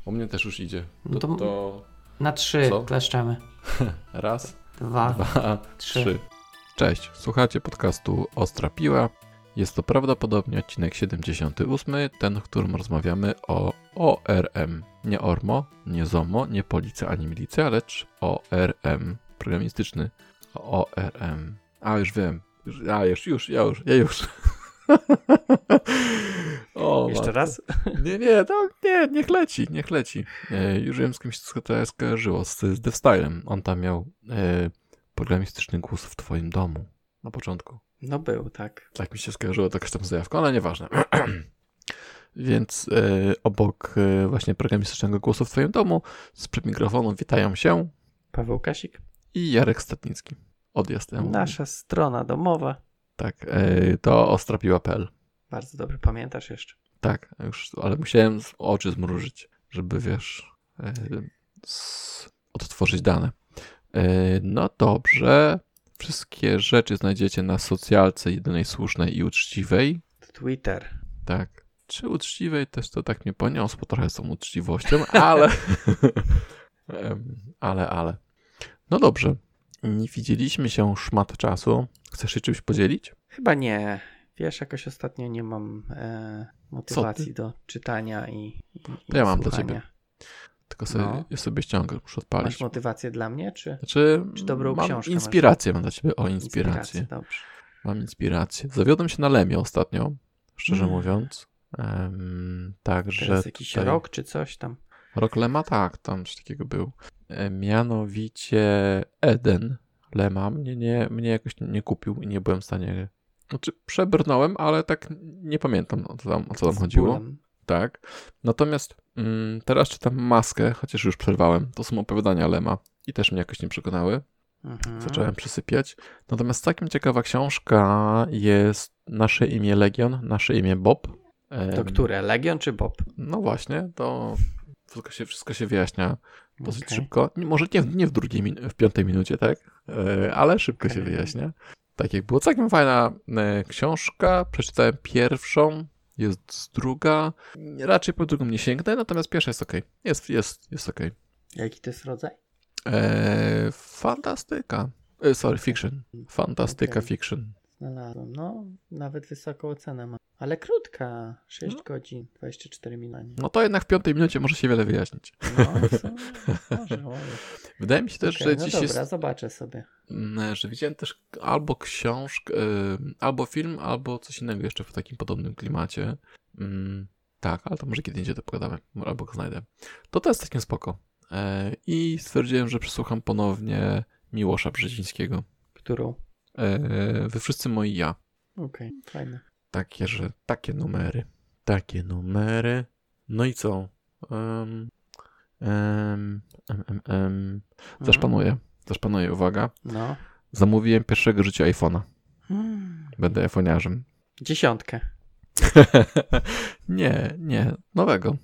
U mnie też już idzie. No to na 3 co? kleszczemy. Raz, 2, 3. Cześć, słuchacie podcastu Ostra Piła. Jest to prawdopodobnie odcinek 78, ten, w którym rozmawiamy o ORM. Nie ORMO, nie ZOMO, nie Policja ani Milicja, lecz ORM. Programistyczny ORM. A, już wiem. Ja już. O, jeszcze raz? Niech leci. Już wiem, z kimś to skojarzyło, z DevStylem. On tam miał programistyczny głos w twoim domu na początku. No był, tak. Tak mi się skojarzyło, to jakaś tam zajawka, ale nieważne. Więc obok właśnie programistycznego głosu w twoim domu sprzed mikrofonu witają się Paweł Kasik i Jarek Statnicki. Odjazd. Nasza strona domowa. Tak, to ostrapiła.pl. Bardzo dobrze, pamiętasz jeszcze. Tak, już, ale musiałem oczy zmrużyć, żeby odtworzyć dane. No dobrze, wszystkie rzeczy znajdziecie na socjalce jedynej słusznej i uczciwej. Twitter. Tak, czy uczciwej też to tak mnie poniosło trochę z tą uczciwością, ale... ale. No dobrze, nie widzieliśmy się szmat czasu. Chcesz się czymś podzielić? Chyba nie. Wiesz, jakoś ostatnio nie mam motywacji do czytania i to ja mam słuchania. dla ciebie. Tylko sobie ściągam, muszę odpalić. Masz motywację dla mnie, czy dobrą mam książkę inspirację mam dla ciebie. O, inspirację. Dobrze. Mam inspirację. Zawiodłem się na Lemie ostatnio, szczerze mówiąc. Także teraz jakiś rok, czy coś tam? Rok Lema? Tak, tam coś takiego był. Mianowicie Eden Lema mnie jakoś nie kupił i nie byłem w stanie... Znaczy przebrnąłem, ale tak nie pamiętam o co tam chodziło. Tak. Natomiast teraz czytam Maskę, chociaż już przerwałem. To są opowiadania Lema i też mnie jakoś nie przekonały. Zacząłem przysypiać. Natomiast całkiem ciekawa książka jest Nasze imię Legion, Nasze imię Bob. To które? Legion czy Bob? No właśnie, to wszystko się wyjaśnia dosyć szybko. Może nie w 5 minucie, tak? Ale szybko się wyjaśnia. Tak jak było. Całkiem fajna książka. Przeczytałem pierwszą. Jest druga. Raczej po drugą nie sięgnę, natomiast pierwsza jest okej. Jest okej. Jaki to jest rodzaj? Fantastyka. Fiction. Fantastyka fiction. Znalazłem. No, nawet wysoką ocenę ma. Ale krótka. 6 godzin, 24 minuty. No to jednak w 5 minucie może się wiele wyjaśnić. No, może. Wydaje mi się też, że no dziś dobra, zobaczę sobie. Że widziałem też albo książkę, albo film, albo coś innego jeszcze w takim podobnym klimacie. Tak, ale to może kiedy indziej to pogadamy, albo go znajdę. To jest takim spoko. I stwierdziłem, że przesłucham ponownie Miłosza Brzezińskiego. Którą? Wy wszyscy moi ja. Okej, fajne. Takie numery. No i co? Zaszpanuję, uwaga. No. Zamówiłem pierwszego życia iPhone'a. Będę iPhoniarzem. 10. Nie. Nowego.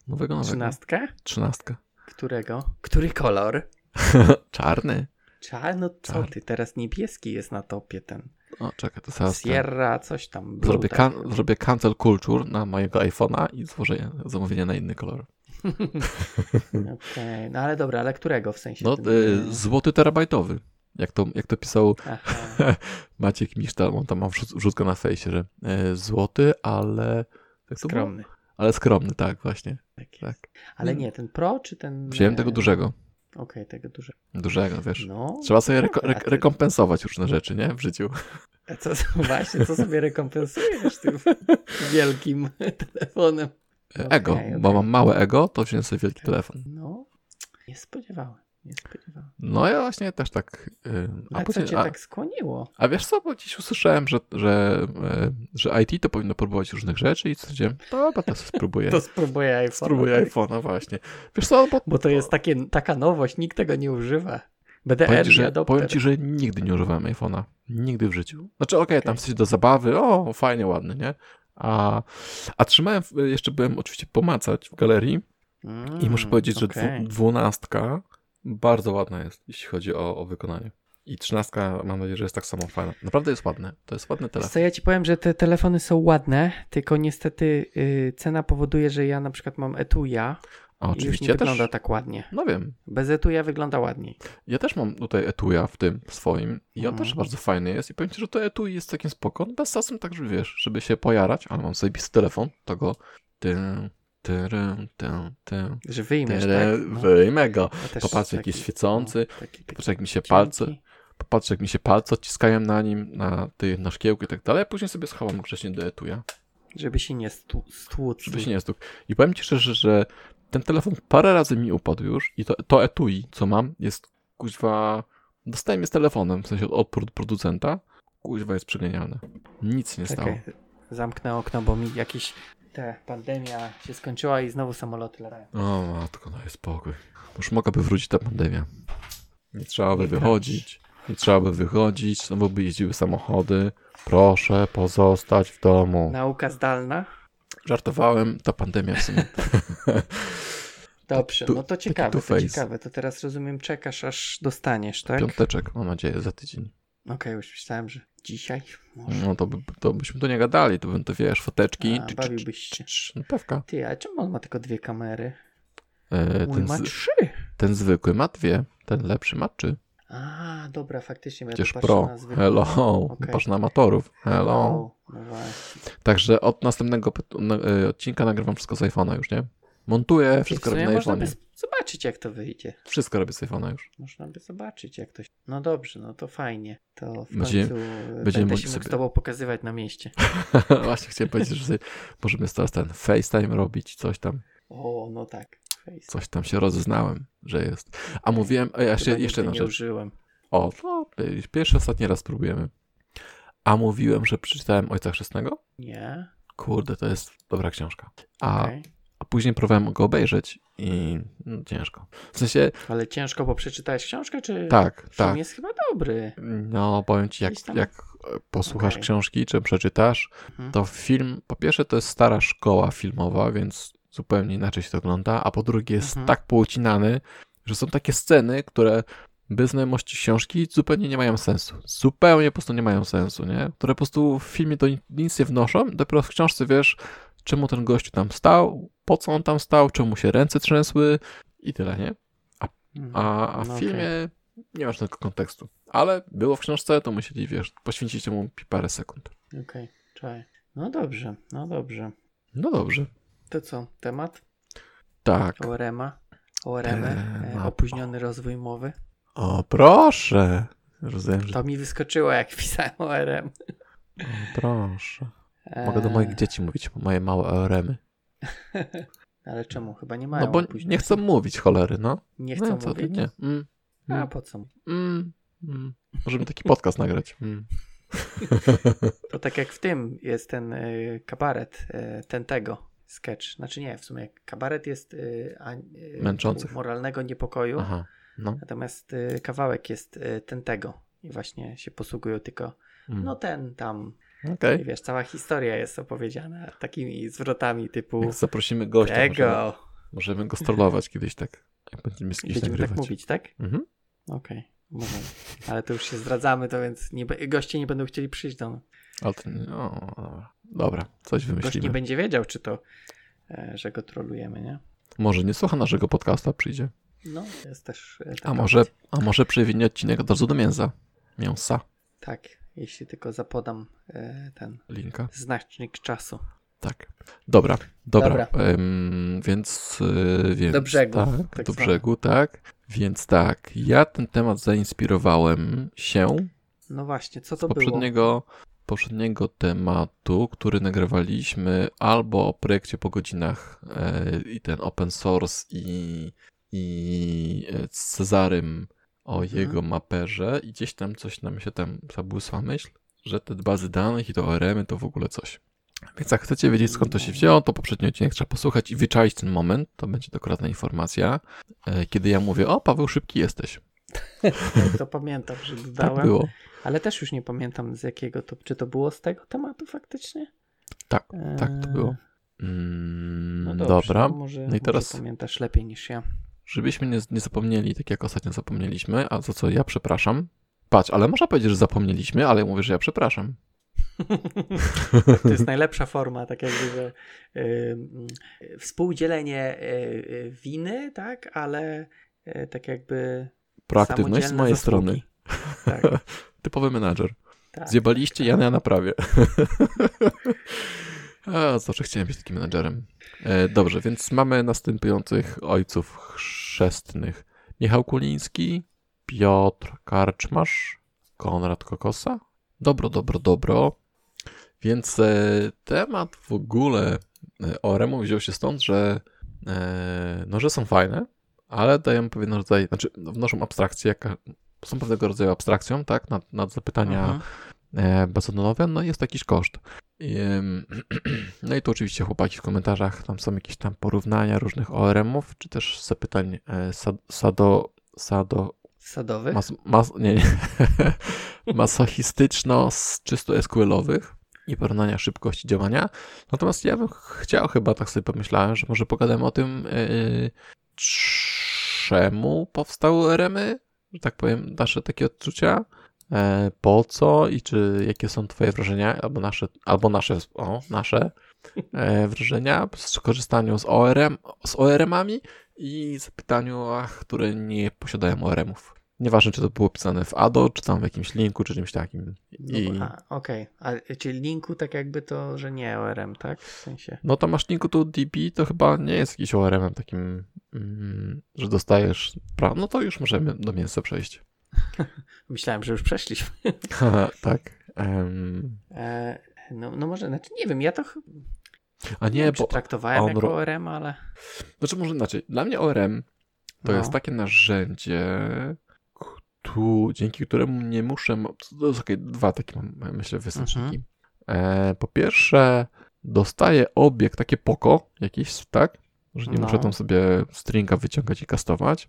13? 13. Którego? Który kolor? Czarny. No co ty, teraz niebieski jest na topie ten. O, czekaj, to zaraz. Sierra, coś tam. Zrobię cancel culture na mojego iPhone'a i złożę zamówienie na inny kolor. Okej, no ale dobra, ale którego w sensie? No, złoty terabajtowy. Jak to pisał Maciek Misztal, on tam ma wrzutkę na fejsie, że złoty, ale... Skromny. Ale skromny, tak, właśnie. Tak. Ale nie, ten Pro czy ten... Wziąłem tego dużego. Okej, tego dużego. Dużego, wiesz. No, trzeba sobie rekompensować różne rzeczy, nie? W życiu. A co sobie rekompensujesz tym wielkim telefonem? Ego, bo mam małe ego, to wziąłem sobie wielki telefon. No, nie spodziewałem. No ja właśnie też tak... A co cię tak skłoniło? A wiesz co, bo dziś usłyszałem, że IT to powinno próbować różnych rzeczy i stwierdziłem, dobra, to spróbuję. To spróbuję iPhone'a. Spróbuję iPhone'a, właśnie. Wiesz co, bo to jest taka nowość, nikt tego nie używa. Powiem ci, że nigdy nie używałem iPhone'a. Nigdy w życiu. Znaczy tam coś do zabawy, fajnie, ładny, nie? A trzymałem, jeszcze byłem oczywiście pomacać w galerii i muszę powiedzieć, że 12 bardzo ładna jest, jeśli chodzi o wykonanie. I 13 mam nadzieję, że jest tak samo fajna. Naprawdę jest ładne. To jest ładny telefon. Co ja ci powiem, że te telefony są ładne, tylko niestety cena powoduje, że ja na przykład mam etuja. A I już oczywiście nie ja też, wygląda tak ładnie. no wiem, Bez etuja wygląda ładniej. ja też mam tutaj etuja w tym swoim i on też bardzo fajny jest i powiem ci, że to etui jest takim spoko, no bez sensu tak, że wiesz, żeby się pojarać, ale mam sobie telefon, to go Że wyjmiesz, tak? No. wyjmę go. Ja też Popatrz, jaki jest świecący, taki popatrz, jak mi się cienki. popatrz, jak mi się palce odciskają na nim, na szkiełku i tak dalej, a później sobie schowam grzecznie do etuja, Żeby się nie stłuc. żeby się nie stukł. I powiem ci szczerze, że ten telefon parę razy mi upadł już i to etui, co mam, jest kuźwa... Dostałem je z telefonem, w sensie od producenta. Kuźwa jest przegenialne. Nic nie stało. Zamknę okno, bo mi pandemia się skończyła i znowu samoloty latają. O matko, no jest spokój. Już mogłaby wrócić ta pandemia. Nie trzeba by wychodzić. Nie trzeba by wychodzić, znowu by jeździły samochody. Proszę pozostać w domu. Nauka zdalna? Żartowałem, ta pandemia w sumie. Dobrze, no to ciekawe, two-face. ciekawe. To teraz rozumiem, czekasz aż dostaniesz, tak? Piąteczek, mam nadzieję, za tydzień. Okej, już myślałem, że dzisiaj może. No to byśmy tu nie gadali, to bym to wiesz, foteczki. Bawiłbyś się. No pewka. Ty, a czemu on ma tylko 2 kamery? Mój Ten, ma 3. ten zwykły ma 2, ten lepszy ma 3. A, dobra, faktycznie. Przecież Ja pro, na zwykłą. hello, Okay. patrz na amatorów, hello. No właśnie. Także od następnego odcinka nagrywam wszystko z iPhone'a już, nie? Montuję, wszystko robię na Można by iPhone'ie. zobaczyć, jak to wyjdzie. Wszystko robię z iPhone'a już. Można by zobaczyć, jak to się... No dobrze, no to fajnie. To w Będziemy końcu mogli będę się mógł sobie- z tobą pokazywać na mieście. Właśnie chciałem powiedzieć, że sobie możemy teraz ten FaceTime robić, O, no tak. coś tam się rozeznałem, że jest. A mówiłem, jeszcze nigdy jedna nie rzecz. użyłem. O, to pierwszy, ostatni raz spróbujemy. A mówiłem, że przeczytałem Ojca Chrzestnego? Nie. Kurde, to jest dobra książka. A Okej. później próbowałem go obejrzeć i no, ciężko. W sensie, Ale ciężko, bo przeczytałeś książkę, czy... tak. Film jest chyba dobry. No, powiem ci, Gdzieś tam- jak posłuchasz Okej. książki, czy przeczytasz, Mhm. to film, po pierwsze to jest stara szkoła filmowa, więc zupełnie inaczej się to ogląda, a po drugie jest Mhm. tak poucinany, że są takie sceny, które bez znajomości książki zupełnie nie mają sensu. Zupełnie po prostu nie mają sensu, nie? Które po prostu w filmie to nic nie wnoszą, dopiero w książce wiesz, czemu ten gościu tam stał, po co on tam stał, czemu się ręce trzęsły i tyle, nie? A w No filmie nie masz tego kontekstu. Ale było w książce, to musieli, wiesz, poświęcić mu parę sekund. Okej, czekaj. No dobrze, no dobrze. No dobrze. To co, temat? Tak. ORM-a? Temat. Opóźniony rozwój mowy? O, proszę. Rozumiem, że... To mi wyskoczyło, jak pisałem ORM. O, proszę. Mogę do moich dzieci mówić, moje małe ORM-y. Ale czemu? Chyba nie mają No bo opóźnienia. nie chcą mówić, cholery, no. Nie No chcą co ty, mówić? nie. A po co? Możemy taki podcast nagrać. To tak jak w tym jest ten kabaret, ten tego sketch. Znaczy nie, w sumie kabaret jest Męczących. moralnego niepokoju, Aha, no. natomiast kawałek jest ten tego. I właśnie się posługują tylko no ten tam. Okej. I wiesz, cała historia jest opowiedziana takimi zwrotami typu Jak zaprosimy gościa, tego. możemy go strollować kiedyś tak, jak będziemy z kimś Będziemy nagrywać. tak mówić, tak? Mhm. Okej, możemy. Ale to już się zdradzamy, to więc goście nie będą chcieli przyjść do nas. Ale to nie, dobra, coś Gość nie wymyślimy. będzie wiedział, czy to, że go trolujemy, nie? Może nie słucha naszego podcasta, przyjdzie. No, jest też taka A może przywinie odcinek od razu do mięsa. Tak, jeśli tylko zapodam ten Linka. znacznik czasu. Tak. Dobra. Dobra. Więc Do brzegu, Tak, tak do zwane. brzegu, tak. Więc tak, ja ten temat zainspirowałem się No właśnie, co z to było? poprzedniego tematu, który nagrywaliśmy albo o projekcie po godzinach i ten open source i z Cezarym o jego maperze i gdzieś tam coś nam się tam zabłysła myśl, że te bazy danych i to ORM-y to w ogóle coś. Więc jak chcecie wiedzieć, skąd to się wzięło, to poprzedni odcinek trzeba posłuchać i wyczaić ten moment. To będzie dokładna informacja, kiedy ja mówię, o Paweł, szybki jesteś. To pamiętam, że dodałem. Tak było. Ale też już nie pamiętam z jakiego to, czy to było z tego tematu faktycznie? Tak to było. No dobrze, Dobra. Może, No i teraz, może pamiętasz lepiej niż ja. żebyśmy nie zapomnieli, tak jak ostatnio zapomnieliśmy, a za co ja przepraszam. Patrz, ale można powiedzieć, że zapomnieliśmy, ale ja mówię, że ja przepraszam. To jest najlepsza forma, tak jakby, że współdzielenie winy, tak, ale tak jakby Proaktywność z mojej zasługi. strony. Tak. Typowy menadżer. Tak, Zjebaliście, ja naprawię. Zawsze chciałem być takim menadżerem. Dobrze, więc mamy następujących ojców chrzestnych. Michał Kuliński, Piotr Karczmasz, Konrad Kokosa. Dobro. Więc temat w ogóle ORM-u wziął się stąd, że że są fajne, ale dają pewien rodzaj, znaczy wnoszą abstrakcję, są pewnego rodzaju abstrakcją, tak, nad zapytania bezodnowe, no jest jakiś koszt. No i tu oczywiście chłopaki w komentarzach, tam są jakieś tam porównania różnych ORM-ów, czy też zapytań Sadowy? Nie. Masochistyczno z czysto SQL-owych i porównania szybkości działania. Natomiast ja bym chciał chyba, tak sobie pomyślałem, że może pogadamy o tym, czemu powstały ORM-y, że tak powiem, nasze takie odczucia, po co i czy jakie są twoje wrażenia, albo nasze wrażenia z korzystaniu z ORM-ami i zapytaniu, które nie posiadają ORM-ów. Nieważne, czy to było pisane w ADO, czy tam w jakimś linku, czy czymś takim. Okej. Czyli linku tak jakby to, że nie ORM, tak? W sensie. No to masz linku tu DB, to chyba nie jest jakiś ORM-em takim, że dostajesz... No to już możemy do mięsa przejść. Myślałem, że już przeszliśmy. Tak. No może, znaczy nie wiem, ja to bo traktowałem jako ORM, ale... Znaczy może inaczej. Dla mnie ORM to jest takie narzędzie, dzięki któremu nie muszę... To jest dwa takie mam, myślę, wyznaczniki. Po pierwsze, dostaję obiekt, takie POKO jakieś, tak? Że nie muszę tam sobie stringa wyciągać i kastować.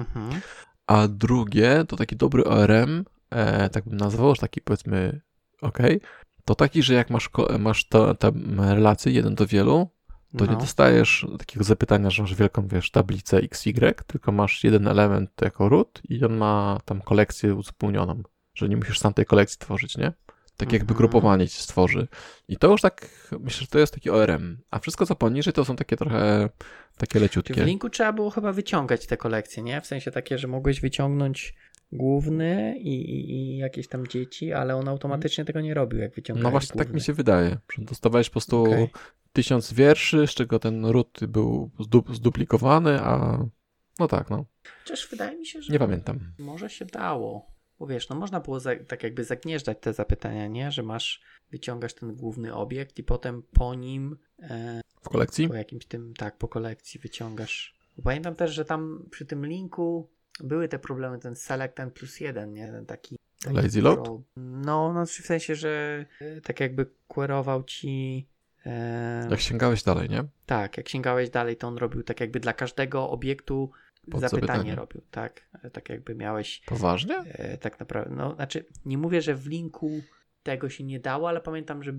A drugie, to taki dobry ORM, tak bym nazwał, że taki powiedzmy, to taki, że jak masz te relacje 1 do wielu, to nie dostajesz takiego zapytania, że masz wielką, tablicę XY, tylko masz jeden element jako root i on ma tam kolekcję uzupełnioną, że nie musisz sam tej kolekcji tworzyć, nie? Tak jakby grupowanie ci stworzy. I to już tak, myślę, że to jest taki ORM. A wszystko co poniżej to są takie trochę, takie leciutkie. Czy w linku trzeba było chyba wyciągać te kolekcje, nie? W sensie takie, że mogłeś wyciągnąć główny i jakieś tam dzieci, ale on automatycznie tego nie robił, jak wyciągałeś No właśnie, główny. tak mi się wydaje, że dostawałeś po prostu 1000 wierszy, z czego ten root był zduplikowany, a no tak, no. Chociaż wydaje mi się, że nie pamiętam. Może się dało, bo wiesz, no można było tak jakby zagnieżdżać te zapytania, nie? Że wyciągasz ten główny obiekt i potem po nim w kolekcji? Po jakimś tym, po kolekcji wyciągasz. Bo pamiętam też, że tam przy tym linku były te problemy, ten select n+1, nie? Ten taki lazy load? No w sensie, że tak jakby querował ci jak sięgałeś dalej, nie? Tak, jak sięgałeś dalej, to on robił tak jakby dla każdego obiektu zapytanie robił, tak? Tak jakby miałeś... Poważnie? Tak naprawdę, no znaczy nie mówię, że w linku tego się nie dało, ale pamiętam, że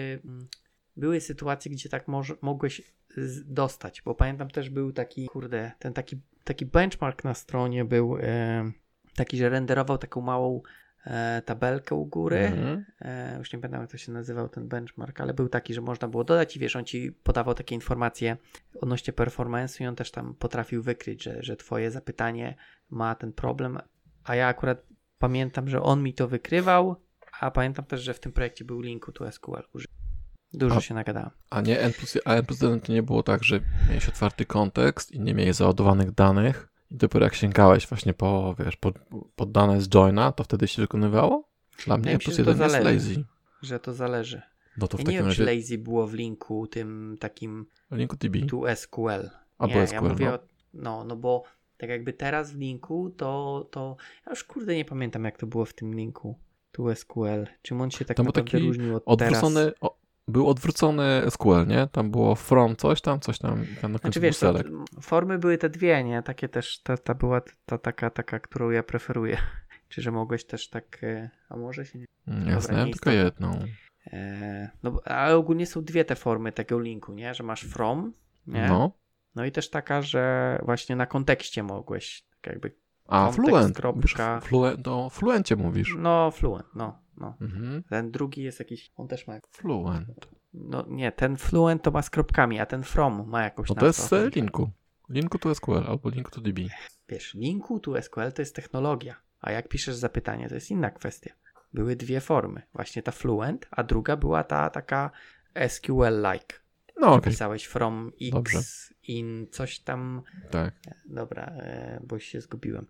były sytuacje, gdzie tak mogłeś dostać, bo pamiętam też był taki, ten taki benchmark na stronie był taki, że renderował taką małą tabelkę u góry. Już nie pamiętam, jak to się nazywał ten benchmark, ale był taki, że można było dodać i wiesz, on ci podawał takie informacje odnośnie performance'u i on też tam potrafił wykryć, że twoje zapytanie ma ten problem, a ja akurat pamiętam, że on mi to wykrywał, a pamiętam też, że w tym projekcie był linku tu SQL. Dużo się nagadałem. A nie N+1 to nie było tak, że miałeś otwarty kontekst i nie miałeś załadowanych danych i dopiero jak sięgałeś właśnie po dane z joina, to wtedy się wykonywało? Dla mnie N+1 jest lazy. Że to zależy. No to w ja takim nie wiem, razie... czy lazy było w linku tym takim linku DB. tu SQL. Albo SQL, ja mówię no bo tak jakby teraz w linku to ja już nie pamiętam, jak to było w tym linku tu SQL. Czym on się tak naprawdę różnił od odwrócony, teraz? Był odwrócony SQL, nie? Tam było from coś tam na końcu był select. Formy były te dwie, nie? Takie też, ta była taka, którą ja preferuję. Czy że mogłeś też tak, a może się nie... Ja znałem tylko jedną. No, ale ogólnie są dwie te formy tego linku, nie? Że masz from, nie? No i też taka, że właśnie na kontekście mogłeś, tak jakby Fluent. O Fluencie mówisz. No, Fluent, No. Mhm. Ten drugi jest jakiś, on też ma... Fluent. No nie, ten Fluent to ma z kropkami, a ten From ma jakąś No nazwę. to jest linku. Linku to SQL albo linku to DB. Wiesz, linku to SQL to jest technologia, a jak piszesz zapytanie, to jest inna kwestia. Były dwie formy. Właśnie ta Fluent, a druga była ta taka SQL-like. No okej. Pisałeś from x Dobrze. in coś tam. Tak. Dobra, bo się zgubiłem.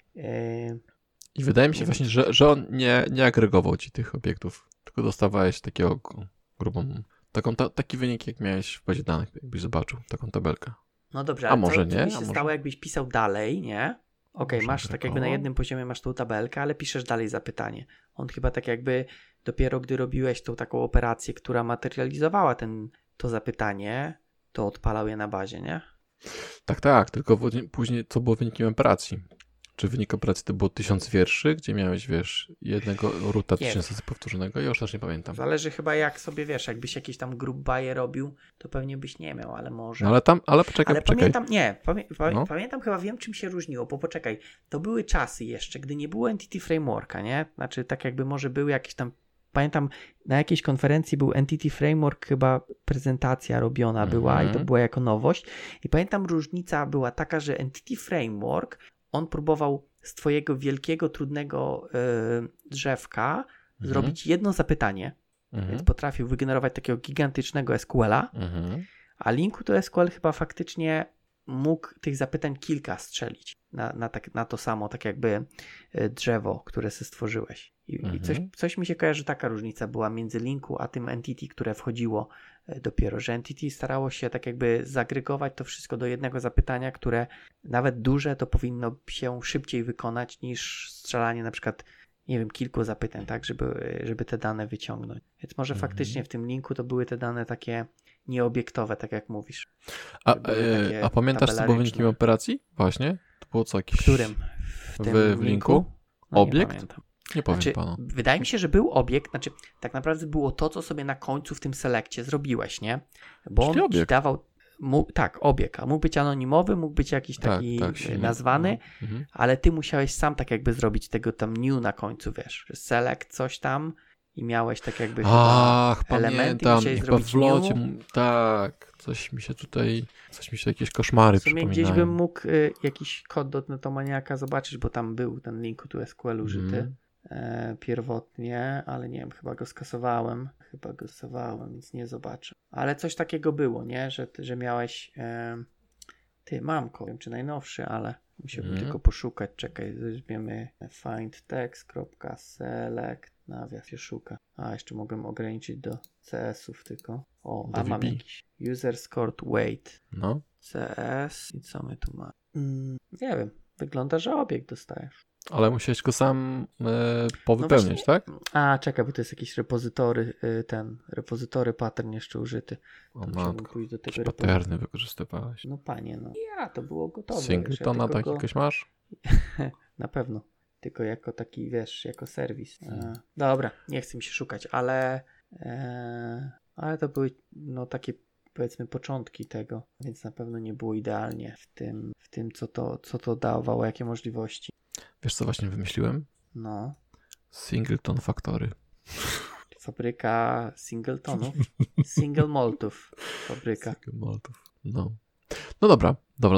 I wydaje mi się Nie właśnie, że on nie agregował ci tych obiektów, tylko dostawałeś takiego grubą, taki wynik, jak miałeś w bazie danych, jakbyś zobaczył, taką tabelkę. No dobrze, A ale może co nie? by się A może- stało, jakbyś pisał dalej, nie? Okej, Może masz tak jakby na agregował? jednym poziomie masz tą tabelkę, ale piszesz dalej zapytanie. On chyba tak jakby dopiero gdy robiłeś tą taką operację, która materializowała to zapytanie, to odpalał je na bazie, nie? Tak, tylko później co było wynikiem operacji? Czy wynik operacji to było 1000 wierszy, gdzie miałeś, wiesz, jednego ruta Nie 1000 razy powtórzonego? Ja już też nie pamiętam. Zależy chyba jak sobie, wiesz, jakbyś jakiś tam group by robił, to pewnie byś nie miał, ale może... No ale poczekaj. pamiętam, nie, No. pamiętam chyba, wiem czym się różniło, bo poczekaj, to były czasy jeszcze, gdy nie było Entity Frameworka, nie? Znaczy tak jakby może były jakieś tam, pamiętam na jakiejś konferencji był Entity Framework, chyba prezentacja robiona była i to była jako nowość i pamiętam różnica była taka, że Entity Framework, on próbował z twojego wielkiego, trudnego drzewka zrobić jedno zapytanie, więc potrafił wygenerować takiego gigantycznego SQL-a, a linku to SQL chyba faktycznie mógł tych zapytań kilka strzelić na to samo, tak jakby drzewo, które sobie stworzyłeś. I coś mi się kojarzy, taka różnica była między linku a tym entity, które wchodziło dopiero, że entity starało się tak jakby zagregować to wszystko do jednego zapytania, które nawet duże to powinno się szybciej wykonać niż strzelanie na przykład, nie wiem, kilku zapytań, tak, żeby te dane wyciągnąć. Więc może faktycznie w tym linku to były te dane takie nieobiektowe, tak jak mówisz. A pamiętasz, co było wynikiem operacji? Właśnie? To było co jakieś... W którym? W linku? No, Obiekt? nie pamiętam. Nie powiem Znaczy, panu. wydaje mi się, że był obiekt, znaczy tak naprawdę było to, co sobie na końcu w tym selekcie zrobiłeś, nie? Bo Czyli on ci obiekt. dawał, obiekt, a mógł być anonimowy, mógł być jakiś taki silnik. nazwany, ale ty musiałeś sam tak jakby zrobić tego tam new na końcu, wiesz, że select coś tam i miałeś tak jakby elementy i pamiętam, musiałeś chyba zrobić w locie, new. tak, coś mi się jakieś koszmary W sumie przypominają. gdzieś bym mógł jakiś kod do Netomaniaka zobaczyć, bo tam był ten link to SQL użyty pierwotnie, ale nie wiem, chyba go skasowałem, więc nie zobaczę. Ale coś takiego było, nie? Że miałeś mam wiem czy najnowszy, ale musiałbym tylko poszukać, czekaj, weźmiemy find text.select, nawias się szuka. A, jeszcze mogłem ograniczyć do CS-ów tylko. O, Do mam VB. jakiś user scored weight. No, CS i co my tu mamy? Nie wiem, wygląda, że obiekt dostajesz. ale musiałeś go sam powypełniać, tak? A, czekaj, bo to jest jakiś repozytory, repozytory pattern jeszcze użyty. O Musiałbym matko, pójść do tego jakieś paterny wykorzystywałeś. No panie, no. Ja, to było gotowe. Singletona wiesz, ja tylko jakiegoś masz? Na pewno. Tylko jako taki, wiesz, jako serwis. Dobra, nie chcę mi się szukać, ale to były no takie powiedzmy początki tego, więc na pewno nie było idealnie w tym co to dawało, jakie możliwości. Wiesz co właśnie wymyśliłem? No. Singleton Factory. Fabryka singletonów. Single maltów. Fabryka. Single maltów. No. No dobra.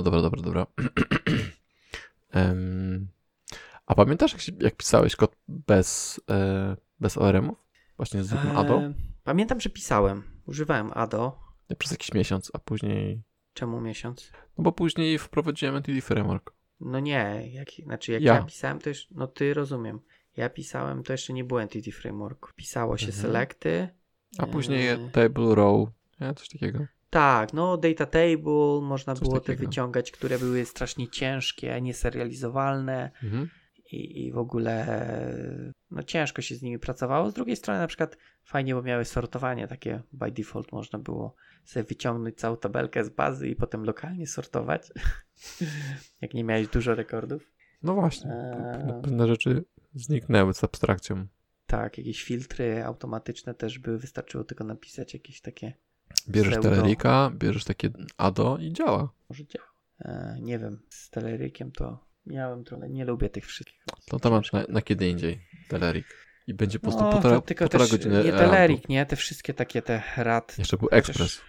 A pamiętasz, jak pisałeś kod bez ORM-ów? Właśnie z zwykłym ADO? Pamiętam, że pisałem. Używałem ADO. Przez jakiś miesiąc, a później... Czemu miesiąc? No bo później wprowadziłem Entity Framework. No nie, jak ja pisałem, to już, no ty rozumiem. Ja pisałem, to jeszcze nie było Entity Framework. Pisało się selecty. A później table row, nie? Coś takiego. Tak, no data table, można Coś było takiego. te wyciągać, które były strasznie ciężkie, nieserializowalne i w ogóle no ciężko się z nimi pracowało. Z drugiej strony na przykład fajnie, bo miały sortowanie takie by default, można było sobie wyciągnąć całą tabelkę z bazy i potem lokalnie sortować, jak nie miałeś dużo rekordów. No właśnie, pewne rzeczy zniknęły z abstrakcją. Tak, jakieś filtry automatyczne też były, wystarczyło tylko napisać jakieś takie Bierzesz Telerika, bierzesz takie ADO i działa. Może działa. Nie wiem, z Telerykiem to miałem trochę, nie lubię tych wszystkich. To temat na kiedy indziej, Telerik. i będzie po prostu No, to tylko półtora też godziny nie rantu. Telerik, nie? Te wszystkie takie te rad. Jeszcze był Express.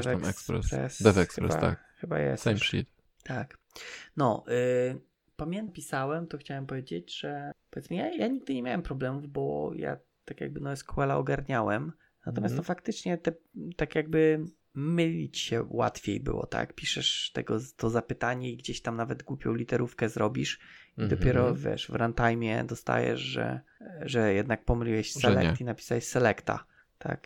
Dev Express, tak. Chyba jest. Same już. shit. Tak. No, pisałem, to chciałem powiedzieć, że powiedzmy, ja nigdy nie miałem problemów, bo ja tak jakby SQL-a ogarniałem, natomiast to faktycznie tak jakby mylić się łatwiej było, tak? Piszesz to zapytanie i gdzieś tam nawet głupią literówkę zrobisz i dopiero wiesz, w runtime dostajesz, że jednak pomyliłeś select i napisałeś selecta, tak?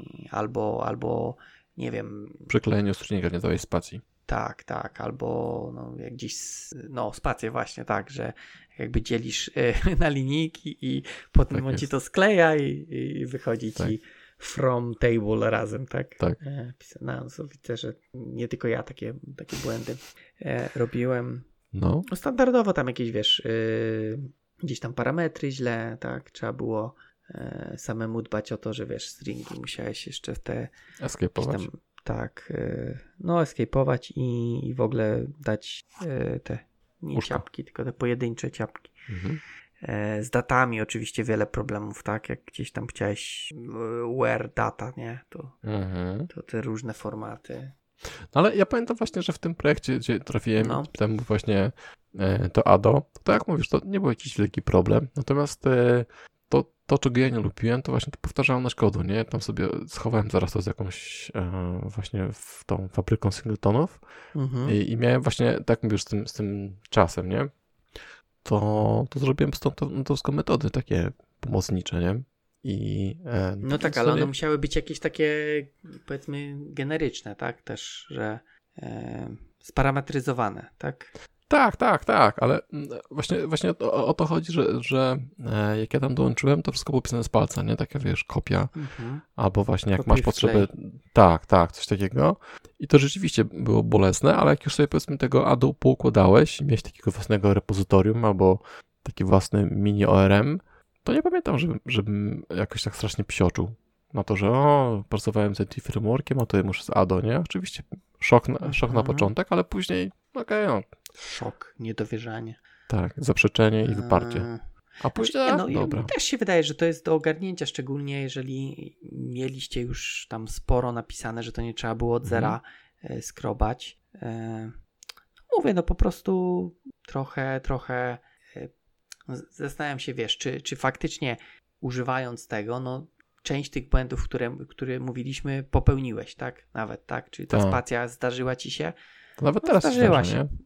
Albo nie wiem. Przy klejeniu stronnika nie dałeś spacji. Tak, albo jak gdzieś, spację właśnie, tak, że jakby dzielisz na linijki i potem on ci to skleja i wychodzi ci from table razem, tak? Tak. Widzę, że nie tylko ja takie błędy robiłem. No. Standardowo tam jakieś, wiesz, gdzieś tam parametry źle, tak? Trzeba było samemu dbać o to, że wiesz, stringi musiałeś jeszcze w te... Escape'ować. Tak, escape'ować i w ogóle dać te nie Uszka. ciapki, tylko te pojedyncze ciapki. Z datami oczywiście wiele problemów, tak? Jak gdzieś tam chciałeś where data, nie? To te różne formaty. No ale ja pamiętam właśnie, że w tym projekcie, gdzie trafiłem temu właśnie to ADO, to tak jak mówisz, to nie był jakiś wielki problem. Natomiast to, czego ja nie lubiłem, to właśnie to powtarzalność kodu, nie? Tam sobie schowałem zaraz to z jakąś właśnie w tą fabryką singletonów i miałem właśnie, tak mówisz, z tym czasem, nie? To zrobiłem z tą metody takie pomocnicze, nie? No tak, ale one musiały być jakieś takie, powiedzmy, generyczne, tak? Też, że sparametryzowane, tak? Tak, ale właśnie o to chodzi, że jak ja tam dołączyłem, to wszystko było pisane z palca, nie? Taka, wiesz, kopia, albo właśnie jak masz potrzebę, tak, coś takiego. I to rzeczywiście było bolesne, ale jak już sobie, powiedzmy, tego ADO poukładałeś i miałeś takiego własnego repozytorium, albo taki własny mini ORM, to nie pamiętam, żebym jakoś tak strasznie psioczył na to, że pracowałem z IT frameworkiem, a to muszę z ADO, nie? Oczywiście szok na początek, ale później Szok, niedowierzanie. Tak, zaprzeczenie i wyparcie. A później dobra. Też się wydaje, że to jest do ogarnięcia, szczególnie jeżeli mieliście już tam sporo napisane, że to nie trzeba było od zera skrobać. Mówię, po prostu trochę zastanawiam się, wiesz, czy faktycznie używając tego, część tych błędów, które mówiliśmy, popełniłeś, tak? Nawet, tak? Czyli ta spacja zdarzyła ci się? To nawet teraz zdarzyła się. Nie?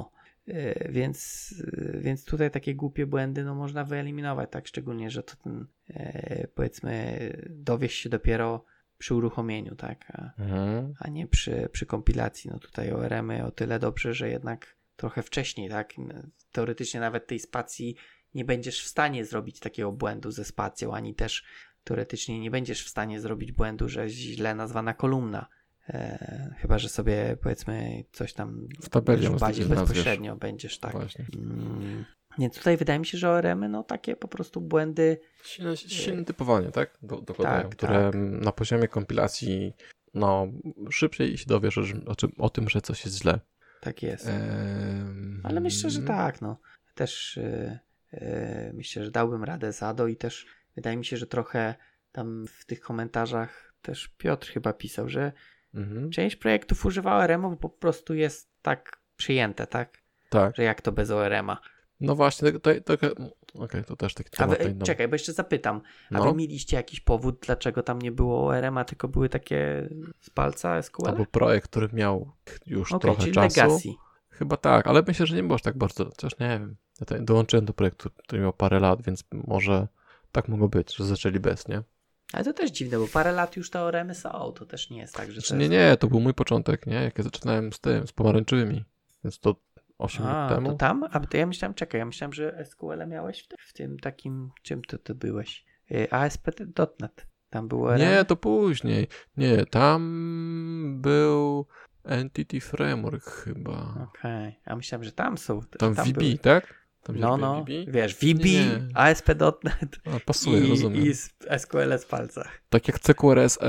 Więc tutaj takie głupie błędy można wyeliminować, tak? Szczególnie, że to ten, powiedzmy, dowieź się dopiero przy uruchomieniu, tak? A nie przy kompilacji. Tutaj ORM-y o tyle dobrze, że jednak trochę wcześniej, tak? Teoretycznie nawet tej spacji nie będziesz w stanie zrobić takiego błędu ze spacją, ani też teoretycznie nie będziesz w stanie zrobić błędu, że źle nazwana kolumna. Chyba, że sobie, powiedzmy, coś tam w tabeli w bazie bezpośrednio będziesz, tak. Więc tutaj wydaje mi się, że ORM-y, takie po prostu błędy. Silne typowanie, tak? Dokładają, które na poziomie kompilacji szybciej się dowiesz o tym, że coś jest źle. Tak jest. Ale myślę, że tak, Też myślę, że dałbym radę z ADO i też wydaje mi się, że trochę tam w tych komentarzach też Piotr chyba pisał, że część projektów używa ORM-u, bo po prostu jest tak przyjęte, tak? Tak. Że jak to bez ORM-a. No właśnie, to też taki temat. Czekaj, bo jeszcze zapytam. A wy mieliście jakiś powód, dlaczego tam nie było ORM-a, tylko były takie z palca SQL? To był projekt, który miał już trochę czyli czasu. Legacy. Chyba tak, ale myślę, że nie było aż tak bardzo, chociaż nie wiem. Ja dołączyłem do projektu, który miał parę lat, więc może tak mogło być, że zaczęli bez, nie? Ale to też dziwne, bo parę lat już te ORM-y są, to też nie jest tak, że Nie, to był mój początek, nie? Jak ja zaczynałem z pomarańczywymi, więc to 8 lat temu. To tam? A to ja myślałem, że SQL miałeś w tym takim, czym to byłeś? ASP.NET. Tam było ORM? Nie, to później. Nie, tam był Entity Framework chyba. Okej, a myślałem, że tam są. Tam VB, były. tak? VB? Wiesz, VB, ASP.NET rozumiem. I SQL z palcach. Tak jak CQRS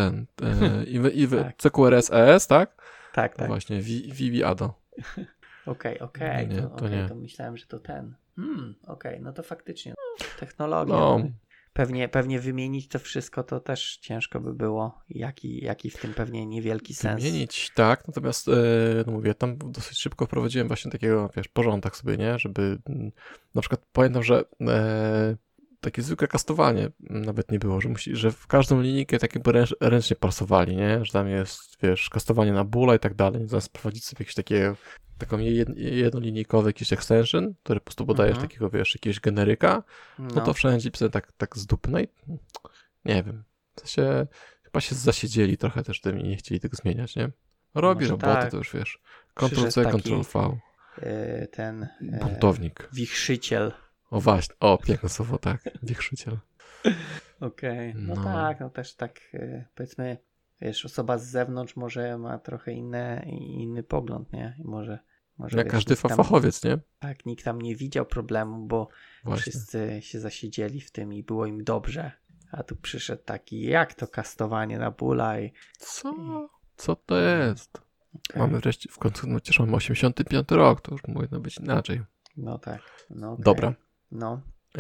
CQRS ES, tak? Tak. No właśnie, VB ADO. Okej. To myślałem, że to ten. Okej, to faktycznie. Technologia. pewnie wymienić to wszystko to też ciężko by było. Jaki w tym pewnie niewielki sens. Wymienić, tak, natomiast no mówię, tam dosyć szybko wprowadziłem właśnie takiego, wiesz, porządek sobie, nie, żeby na przykład pamiętam, że takie zwykłe kastowanie nawet nie było, że w każdą linijkę tak jakby ręcznie parsowali, nie, że tam jest, wiesz, kastowanie na bóla i tak dalej, zamiast prowadzić sobie jakieś taką jednolinijkowy jakiś extension, który po prostu podajesz takiego, wiesz, jakiegoś generyka, no to wszędzie pisałem tak z dupy, no i nie wiem, w sensie chyba się zasiedzieli trochę też tym i nie chcieli tego zmieniać, nie? Robi robotę, tak. To już wiesz, Ctrl-C, Ctrl-V. Ten buntownik. Wichrzyciel. O właśnie, piękne słowo, tak, wichrzyciel. Okej, no tak, no też tak powiedzmy, wiesz, osoba z zewnątrz może ma trochę inny pogląd, nie? I może jak wiesz, każdy fachowiec, nie? Tak, nikt tam nie widział problemu, bo właśnie. Wszyscy się zasiedzieli w tym i było im dobrze. A tu przyszedł taki, jak to kastowanie na bóla i... Co to jest? Okay. Mamy wreszcie, w końcu, no przecież mamy 85 rok, to już powinno być inaczej. No tak. No okay. Dobra. No.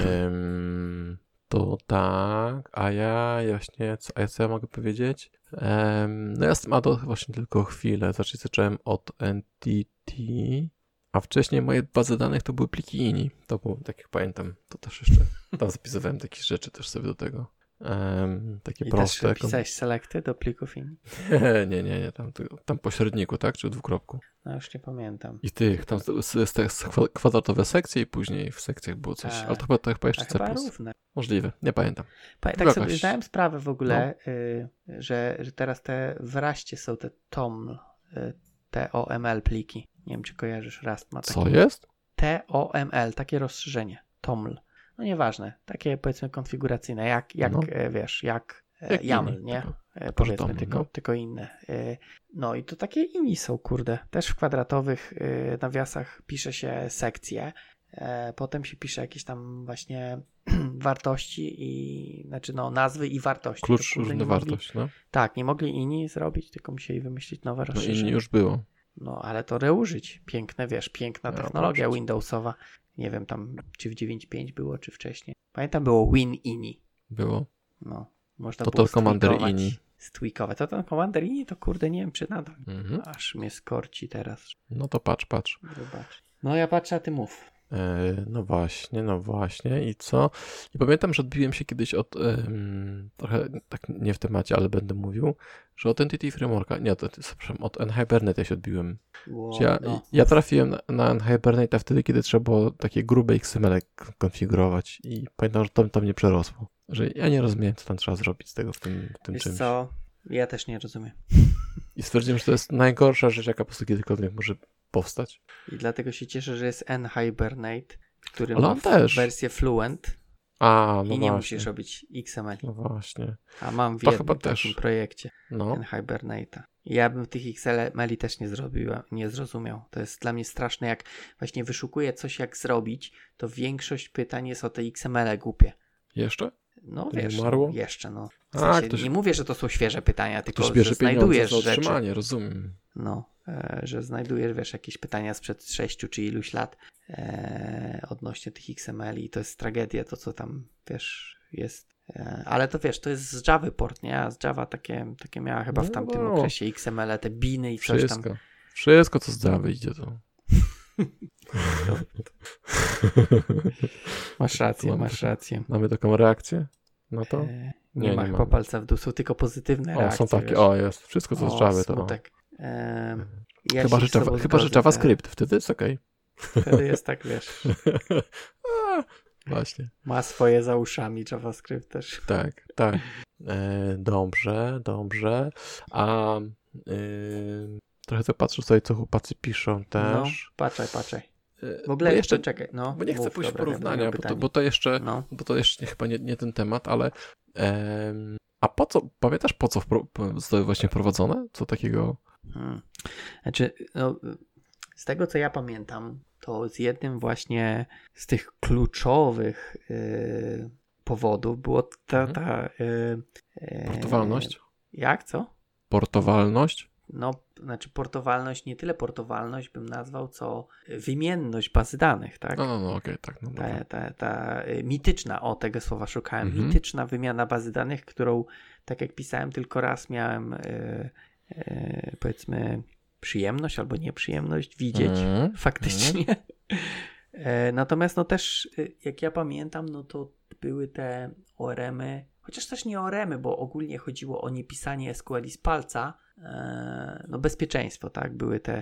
To tak, a ja właśnie, co ja mogę powiedzieć? No ja z tym Ado właśnie tylko chwilę, zacząłem od Entity, a wcześniej moje bazy danych to były pliki INI, to było, tak jak pamiętam, to też jeszcze, tam zapisywałem takie rzeczy też sobie do tego. Takie i proste. I też pisałeś selekty do plików INI? Nie, tam po średniku, tak? Czy w dwukropku? No już nie pamiętam. I tam kwadratowe sekcje i później w sekcjach było coś, ale to chyba jeszcze C+. Równe. Możliwe, nie pamiętam. Tak sobie zdałem sprawę w ogóle, że teraz w Raście są te TOML pliki. Nie wiem, czy kojarzysz, Rast ma takie. Co jest? TOML, takie rozszerzenie. TOML. No nieważne, takie powiedzmy konfiguracyjne, jak wiesz, jak YAML, nie? Powiedzmy, tylko inne. No i to takie INI są, kurde. Też w kwadratowych nawiasach pisze się sekcje, potem się pisze jakieś tam właśnie wartości nazwy i wartości. Klucz różne wartości, no? Tak, nie mogli INI zrobić, tylko musieli wymyślić nowe rozszerzenie. No INI już było. No, ale to reużyć. Piękne, wiesz, piękna technologia Windowsowa. Nie wiem tam, czy w 9.5 było, czy wcześniej. Pamiętam, było WinINI. Było. No, można było Commander INI. Stwikować. To ten Commander INI, to kurde, nie wiem, czy nadal. Aż mnie skorci teraz. No to patrz. Wybacz. No ja patrzę, a ty mów. No właśnie. I co? I pamiętam, że odbiłem się kiedyś od, trochę tak nie w temacie, ale będę mówił, że od Entity Frameworka, od NHibernate się odbiłem. Ja trafiłem na NHibernate wtedy, kiedy trzeba było takie grube XML konfigurować i pamiętam, że to mnie przerosło. Że ja nie rozumiałem, co tam trzeba zrobić z tego w tym Wiesz czymś. Co? Ja też nie rozumiem. I stwierdziłem, że to jest najgorsza rzecz, jaka po prostu kiedykolwiek może powstać. I dlatego się cieszę, że jest NHibernate, który ma wersję Fluent. No i nie musisz robić XML. No właśnie. A mam w jednym takim projekcie NHibernate'a. Ja bym tych XML też nie zrozumiał. To jest dla mnie straszne, jak właśnie wyszukuję coś, jak zrobić, to większość pytań jest o te XML głupie. Jeszcze? No to wiesz, jeszcze. W sensie, nie mówię, że to są świeże pytania, tylko że znajdujesz za utrzymanie, rozumiem. No, że znajdujesz, wiesz, jakieś pytania sprzed 6 czy iluś lat odnośnie tych XML i to jest tragedia, to co tam, wiesz, jest. Ale to wiesz, to jest z Java port, nie? A z Java takie miała chyba w tamtym okresie XML, te biny i coś tam. Wszystko, co z Java idzie, to... Masz rację. Mamy taką reakcję na to? Nie ma chyba palca w dół, są tylko pozytywne reakcje. Są takie, wiesz? jest. Wszystko co z Java to... Chyba, że JavaScript, wtedy jest okej. Wtedy jest tak, wiesz. Właśnie. Ma swoje za uszami JavaScript też. Tak. Dobrze. A trochę to patrzę sobie, co chłopacy piszą też. No, patrzaj. W ogóle jeszcze czekaj. Bo nie chcę pójść w porównania, bo to jeszcze chyba nie ten temat, ale a po co, pamiętasz po co zostały właśnie wprowadzone? Co takiego? Znaczy, z tego co ja pamiętam, to z jednym właśnie z tych kluczowych powodów było ta portowalność? Jak, co? Portowalność? znaczy portowalność, nie tyle portowalność bym nazwał, co wymienność bazy danych, tak? Okej, tak. No, ta mityczna, tego słowa szukałem, mityczna wymiana bazy danych, którą, tak jak pisałem, tylko raz miałem powiedzmy przyjemność albo nieprzyjemność widzieć faktycznie. Natomiast też, jak ja pamiętam, to były te ORM-y, chociaż też nie ORM-y, bo ogólnie chodziło o niepisanie SQL z palca, bezpieczeństwo, tak, były te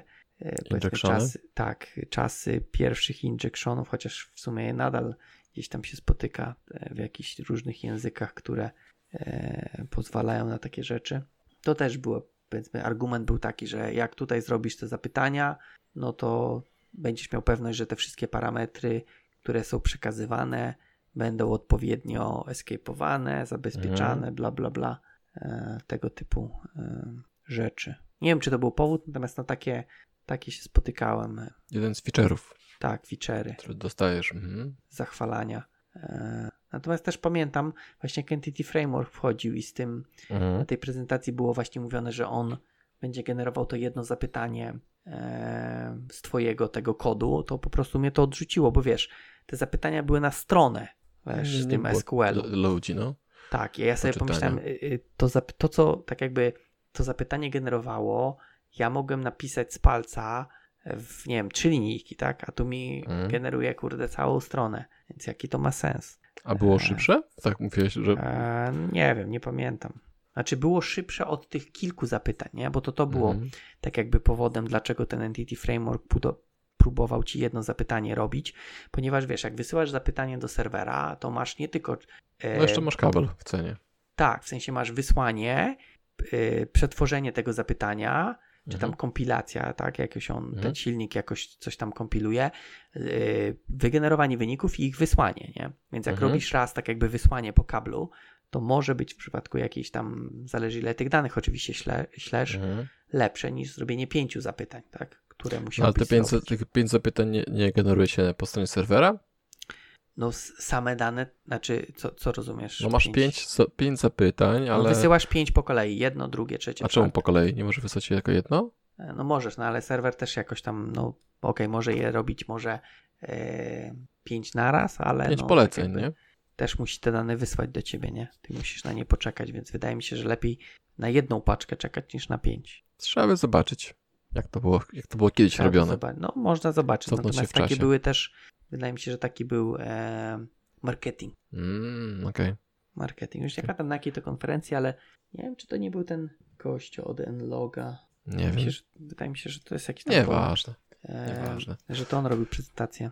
czasy pierwszych injectionów, chociaż w sumie nadal gdzieś tam się spotyka w jakichś różnych językach, które pozwalają na takie rzeczy. To też było, powiedzmy, argument był taki, że jak tutaj zrobisz te zapytania, to będziesz miał pewność, że te wszystkie parametry, które są przekazywane, będą odpowiednio escape'owane, zabezpieczane, bla, bla, bla. Tego typu rzeczy. Nie wiem, czy to był powód, natomiast takie się spotykałem. Jeden z feature'ów. Tak, feature'y. Które dostajesz. Zachwalania. Natomiast też pamiętam, właśnie jak Entity Framework wchodził i z tym na tej prezentacji było właśnie mówione, że on będzie generował to jedno zapytanie z twojego tego kodu, to po prostu mnie to odrzuciło, bo wiesz, te zapytania były na stronę z tym SQL-u. Loadzi, no. Tak, ja sobie pomyślałem, to co tak jakby to zapytanie generowało, ja mogłem napisać z palca w, nie wiem, 3 linijki, tak? A tu mi generuje, całą stronę, więc jaki to ma sens? A było szybsze? Tak mówiłeś, że... Nie wiem, nie pamiętam. Znaczy było szybsze od tych kilku zapytań, nie? Bo to było tak jakby powodem, dlaczego ten Entity Framework próbował ci jedno zapytanie robić, ponieważ wiesz, jak wysyłasz zapytanie do serwera, to masz nie tylko... jeszcze masz kabel w cenie. Tak, w sensie masz wysłanie, przetworzenie tego zapytania, czy tam kompilacja, tak, jakoś ten silnik jakoś coś tam kompiluje, wygenerowanie wyników i ich wysłanie, nie? Więc jak robisz raz tak jakby wysłanie po kablu, to może być w przypadku jakiejś tam, zależy ile tych danych oczywiście ślesz, lepsze niż zrobienie 5 zapytań, tak, które musiałbyś Ale tych 5 zapytań nie generuje się po stronie serwera? Same dane, znaczy, co rozumiesz? No masz 5 zapytań, ale... wysyłasz 5 po kolei, jedno, drugie, trzecie, A czemu po kolei? Nie może wysłać jako jedno? Możesz, ale serwer też jakoś tam, może je robić, może 5 naraz, ale... 5 poleceń, nie? Też musi te dane wysłać do ciebie, nie? Ty musisz na nie poczekać, więc wydaje mi się, że lepiej na jedną paczkę czekać niż na 5. Trzeba by zobaczyć, jak to było kiedyś robione. Można zobaczyć. Natomiast takie były też, wydaje mi się, że taki był marketing. Okej. Marketing. Już jaka tam na jakiej to konferencji, ale nie wiem, czy to nie był ten gość od Nloga. Nie wiem. Wydaje mi się, że to jest jakiś tam... Nieważne. Że to on robił prezentację.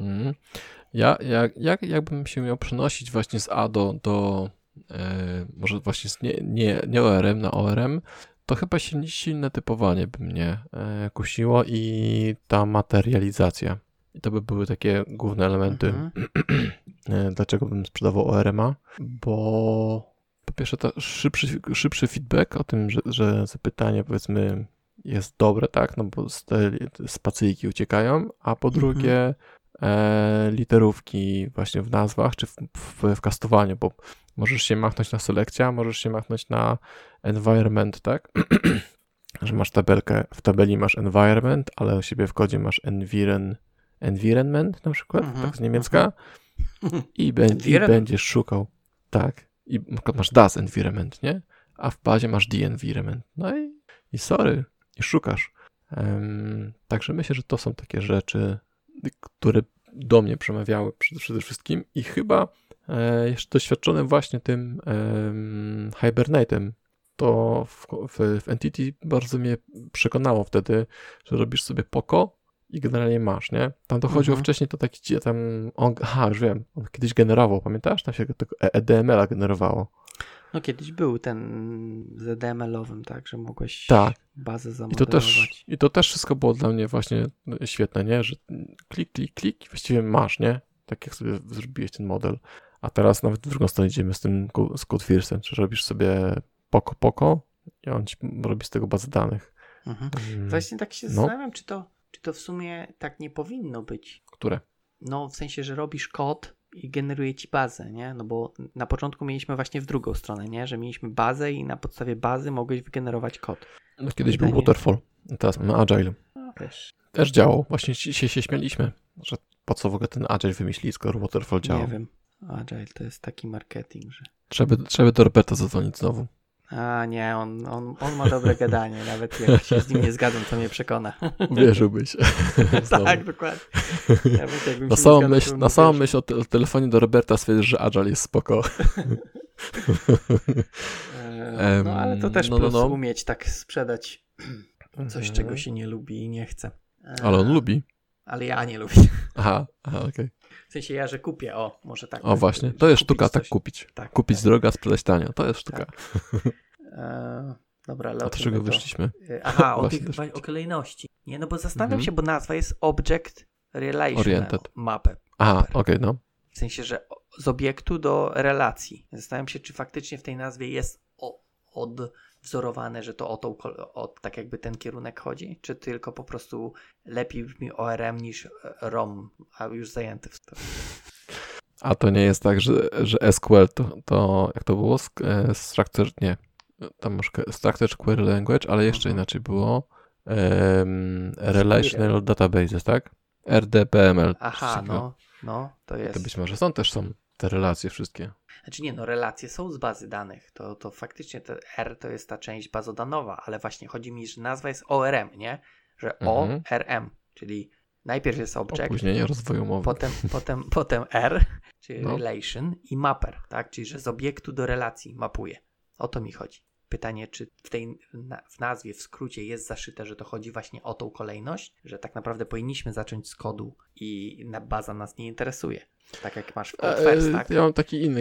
Jakbym się miał przenosić właśnie z A do może właśnie z nie ORM na ORM, to chyba silne typowanie by mnie kusiło i ta materializacja. I to by były takie główne elementy, dlaczego bym sprzedawał ORM-a, bo po pierwsze to szybszy feedback o tym, że zapytanie powiedzmy jest dobre, tak, no bo te spacyjki uciekają, a po drugie literówki właśnie w nazwach czy w kastowaniu, bo możesz się machnąć na selekcję, a możesz się machnąć na environment, tak? Że masz tabelkę, w tabeli masz environment, ale u siebie w kodzie masz environment na przykład, tak z niemiecka i będziesz szukał, tak, i masz das environment, nie? A w bazie masz the environment, no i sorry, i szukasz. Także myślę, że to są takie rzeczy, które do mnie przemawiały przede wszystkim i chyba jeszcze doświadczony właśnie tym Hibernate'em, to w Entity bardzo mnie przekonało wtedy, że robisz sobie POCO i generalnie masz, nie? Tam dochodziło wcześniej to taki, już wiem, on kiedyś generował, pamiętasz? Tam się tego EDML-a generowało. No kiedyś był ten z EDML-owym, tak, że mogłeś bazę zamodelować. I to też wszystko było dla mnie właśnie świetne, nie? Że klik i właściwie masz, nie? Tak jak sobie zrobiłeś ten model. A teraz nawet w drugą stronę idziemy z CodeFirst'em, czy robisz sobie POCO i on ci robi z tego bazę danych. Właśnie tak się zastanawiam, czy to w sumie tak nie powinno być. Które? No w sensie, że robisz kod i generuje ci bazę, nie? No bo na początku mieliśmy właśnie w drugą stronę, nie? Że mieliśmy bazę i na podstawie bazy mogłeś wygenerować kod. No, kiedyś był Waterfall, teraz mamy Agile. No, wiesz. Też działał. Właśnie się śmialiśmy, że po co w ogóle ten Agile wymyślili, skoro Waterfall działał. Nie wiem. Agile to jest taki marketing, że... Trzeba do Roberta zadzwonić znowu. A nie, on ma dobre gadanie. Nawet jak się z nim nie zgadzam, to mnie przekona. Uwierzyłbyś. Tak, dokładnie. Nawet jakbym Na samą myśl o telefonie do Roberta stwierdzisz, że Agile jest spoko. No ale to też plus umieć tak sprzedać coś, czego się nie lubi i nie chce. Ale on lubi. Ale ja nie lubię. Aha, okej. W sensie ja, że kupię, może tak. O właśnie, to jest sztuka, tak kupić. Tak, kupić drogo, a sprzedać tanio, to jest sztuka. Tak. Dobra, ale od czego wyszliśmy? Aha, o kolejności. Nie, no bo zastanawiam się, bo nazwa jest Object Relational Map. Aha, okej, no. W sensie, że z obiektu do relacji. Zastanawiam się, czy faktycznie w tej nazwie jest odwzorowane, że to o tak jakby ten kierunek chodzi, czy tylko po prostu lepiej brzmi ORM niż ROM, a już zajęty w to. A to nie jest tak, że SQL to jak to było? Structured, nie. Tam masz Structured Query Language, ale jeszcze inaczej było. Relational Databases, tak? RDBML. Aha, no, to jest. To być może też są te relacje wszystkie. Znaczy nie, no relacje są z bazy danych, to faktycznie to R to jest ta część bazodanowa, ale właśnie chodzi mi, że nazwa jest ORM, nie? Że ORM, czyli najpierw jest object, opóźnienie rozwoju mowy. Potem R, czyli relation i mapper, tak? Czyli że z obiektu do relacji mapuje. O to mi chodzi. Pytanie, czy w nazwie, w skrócie jest zaszyte, że to chodzi właśnie o tą kolejność, że tak naprawdę powinniśmy zacząć z kodu i baza nas nie interesuje. Tak jak masz w Code tak? Ja mam taki inny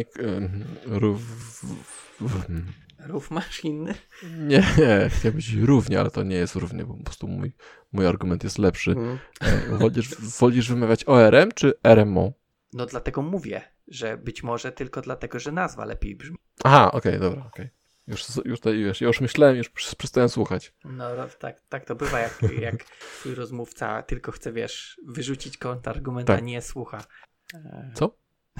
Rów masz inny? Nie, chciałem być równie, ale to nie jest równie, bo po prostu mój argument jest lepszy. Wolisz wymawiać ORM czy RMO? No dlatego mówię, że być może tylko dlatego, że nazwa lepiej brzmi. Aha, okej. Już myślałem, już przestałem słuchać. No tak to bywa, jak twój rozmówca tylko chce, wyrzucić kontrargument, a nie słucha. Co?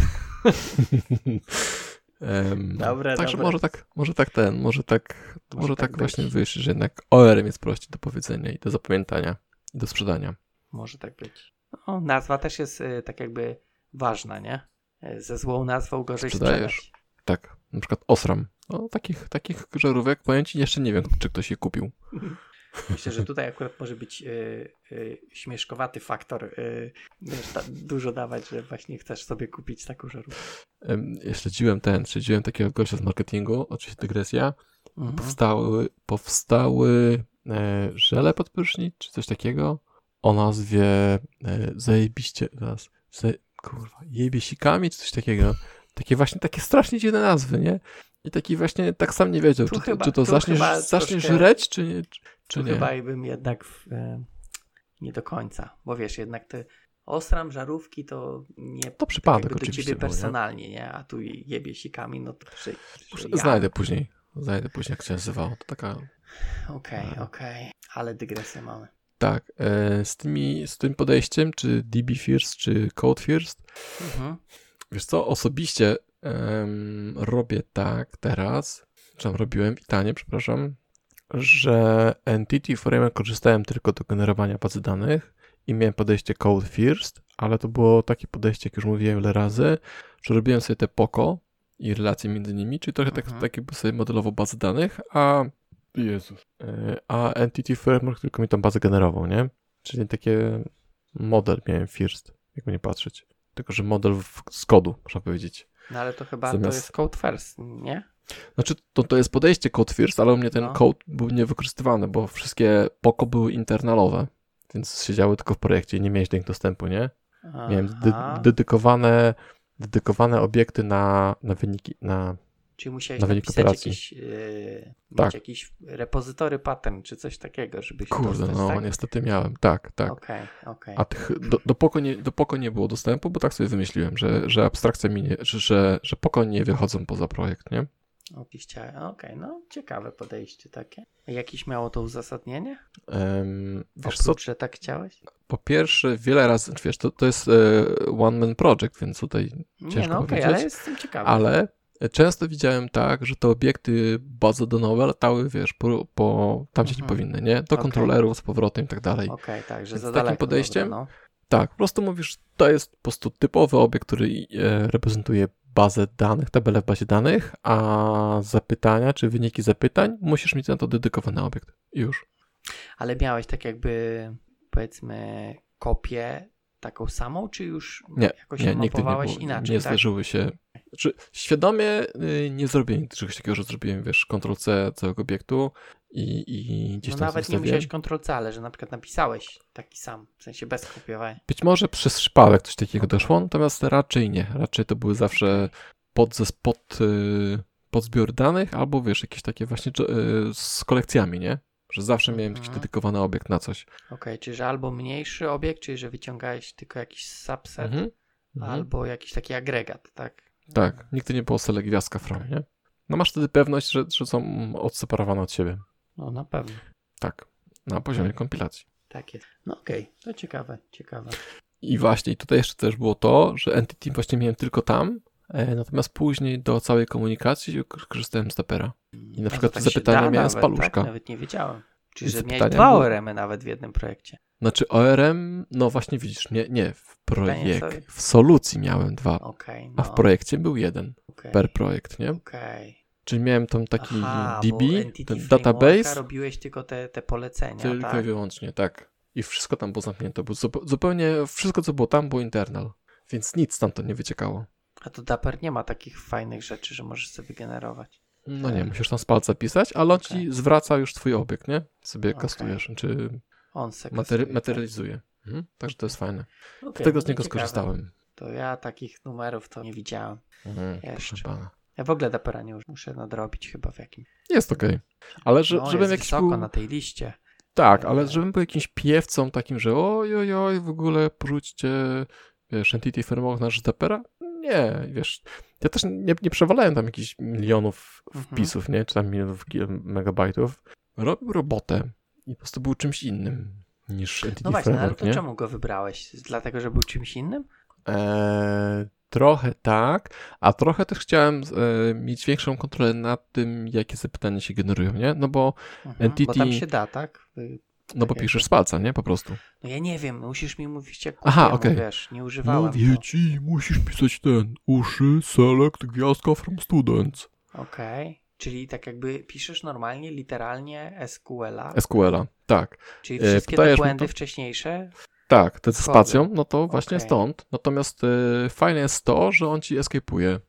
Dobre. Może tak właśnie wyjść, że jednak ORM jest prościej do powiedzenia i do zapamiętania i do sprzedania. Może tak być. No, nazwa też jest tak jakby ważna, nie? Ze złą nazwą gorzej sprzedać. Tak, na przykład Osram. No, takich żarówek, powiem ci, jeszcze nie wiem, czy ktoś je kupił. Myślę, że tutaj akurat może być śmieszkowaty faktor, dużo dawać, że właśnie chcesz sobie kupić taką żarówkę. Śledziłem takiego gościa z marketingu, oczywiście dygresja. Powstały żele pod prysznic, czy coś takiego, o nazwie zajebiście, jebiesikami, czy coś takiego. Takie strasznie dziwne nazwy, nie? I taki właśnie tak sam nie wiedział, czy to zaczniesz żreć, czy nie. Czy nie. Chyba bym jednak nie do końca, bo jednak te Osram, żarówki to nie to przypadek do oczywiście ciebie personalnie, nie? A tu jebiesikami, no to Znajdę później, jak się nazywało. To taka... Okej. Ale dygresję mamy. Tak, z tym podejściem, czy DB First, czy Code First, wiesz co, osobiście robię tak teraz, robiłem przepraszam, że Entity Framework korzystałem tylko do generowania bazy danych i miałem podejście Code First, ale to było takie podejście, jak już mówiłem wiele razy, że robiłem sobie te POCO i relacje między nimi, czyli trochę tak jakby sobie modelował bazę danych, a Entity Framework tylko mi tą bazę generował, nie? Czyli takie model miałem First, jakby nie patrzeć. Tylko, że model z kodu, można powiedzieć. No ale to chyba to jest Code First, nie? Znaczy, to jest podejście Code First, ale u mnie ten code był niewykorzystywany, bo wszystkie POCO były internalowe, więc siedziały tylko w projekcie i nie miałeś do nich dostępu, nie? Miałem dedykowane obiekty na wyniki, Czyli musiałeś napisać jakiś repozytory pattern, czy coś takiego, żeby się dostać, tak? Niestety miałem, tak. Okej. A do POCO nie było dostępu, bo tak sobie wymyśliłem, że abstrakcja mi że POCO nie wychodzą poza projekt, nie? Ciekawe podejście takie. A jakieś miało to uzasadnienie? Oprócz, że tak chciałeś? Po pierwsze, wiele razy, to jest one man project, więc tutaj ciężko powiedzieć. Ale jestem ciekawy. Ale Często widziałem tak, że te obiekty bazodonowe latały, wiesz, tam gdzie nie powinny, nie? Do kontrolerów z powrotem i tak dalej. Okej, tak, że Więc za takim daleko. podejściem, Dobra, no. tak, po prostu mówisz, to jest po prostu typowy obiekt, który reprezentuje bazę danych, tabelę w bazie danych, a zapytania czy wyniki zapytań musisz mieć na to dedykowany obiekt. I już. Ale miałeś tak jakby, powiedzmy, kopię taką samą, czy już jakoś ją nigdy mapowałeś nie było, inaczej? nie tak? zdarzyły się. Znaczy, świadomie nie zrobiłem nigdy czegoś takiego, że zrobiłem, wiesz, Ctrl-C całego obiektu i gdzieś No tam nawet nie musiałeś Ctrl-C, ale że na przykład napisałeś taki sam, w sensie bez kopiowania. Być może przez przypadek coś takiego doszło, natomiast raczej nie. Raczej to były zawsze podzbiór danych albo, wiesz, jakieś takie właśnie z kolekcjami, nie? Że zawsze miałem jakiś dedykowany obiekt na coś. Okej, czyli że albo mniejszy obiekt, czyli że wyciągałeś tylko jakiś subset, albo jakiś taki agregat, tak? Tak, nigdy nie było select gwiazdka from, nie? No masz wtedy pewność, że są odseparowane od siebie. No na pewno. Tak, na poziomie kompilacji. Tak jest. No okej, to ciekawe. I właśnie, i tutaj jeszcze też było to, że Entity właśnie miałem tylko tam, natomiast później do całej komunikacji korzystałem z Dapera. I na przykład tak zapytania miałem nawet, z paluszka. Tak? Nawet nie wiedziałem. Czyli, że miałeś Zapytania dwa były- ORM-y nawet w jednym projekcie. Znaczy ORM, no właśnie widzisz, nie w Pytanie, w solucji miałem 2, Okej, a w projekcie był 1 okej, per projekt, nie? okej. Czyli miałem tam taki Aha, DB, bo Entity ten Frameworka database, robiłeś tylko te polecenia, tylko tak? i wyłącznie, tak. I wszystko tam było zamknięte, bo zupełnie wszystko, co było tam, było internal. Więc nic tam to nie wyciekało. A to Dapper nie ma takich fajnych rzeczy, że możesz sobie generować. No nie, musisz tam z palca pisać, ale on ci zwraca już twój obiekt, nie? Sobie kastujesz, czy On se materializuje. Także to jest fajne. Okay, Dlatego z niego ciekawe. skorzystałem. To ja takich numerów to nie widziałem jeszcze. Proszę pana. Ja w ogóle Dappera nie muszę nadrobić chyba w jakimś. Jest okej. Ale żebym jest jakiś wysoko był... na tej liście. Tak, ale żebym był jakimś piewcą takim, że oj, w ogóle porzućcie, wiesz, Entity Framework na Dapera? Nie, wiesz, ja też nie przewalałem tam jakichś milionów wpisów, nie? Czy tam milionów megabajtów. Robił robotę i po prostu był czymś innym niż Entity No właśnie, Framework, ale to nie? czemu go wybrałeś? Dlatego, że był czymś innym? Trochę tak, a trochę też chciałem mieć większą kontrolę nad tym, jakie zapytania się generują, nie? No bo Entity... Bo tam się da, tak? No bo piszesz z palca, nie? Po prostu. No ja nie wiem, musisz mi mówić jak wiesz, nie używałem. Mówię ci, musisz pisać uszy, select, gwiazdka from students. Okej. Czyli tak jakby piszesz normalnie, literalnie SQL-a. SQL-a, tak. Czyli wszystkie te błędy wciśniejsze? Tak, te ze spacją, no to właśnie stąd. Natomiast fajne jest to, że on ci escape'uje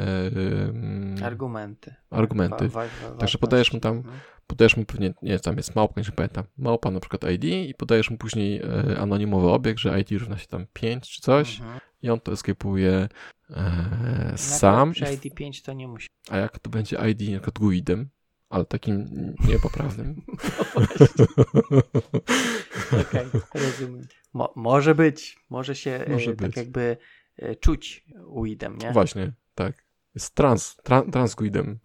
argumenty. Także podajesz mu tam, pewnie, nie, tam jest małpka, nie pamiętam, małpa na przykład ID i podajesz mu później anonimowy obiekt, że ID równa się tam 5 czy coś i on to escape'uje sam. Przy ID 5 to nie musi. A jak to będzie ID na przykład GUID-em, ale takim niepoprawnym. Okej, rozumiem. Może być, może się tak jakby czuć UID-em, nie? Właśnie, tak. Jest trans GUID-em.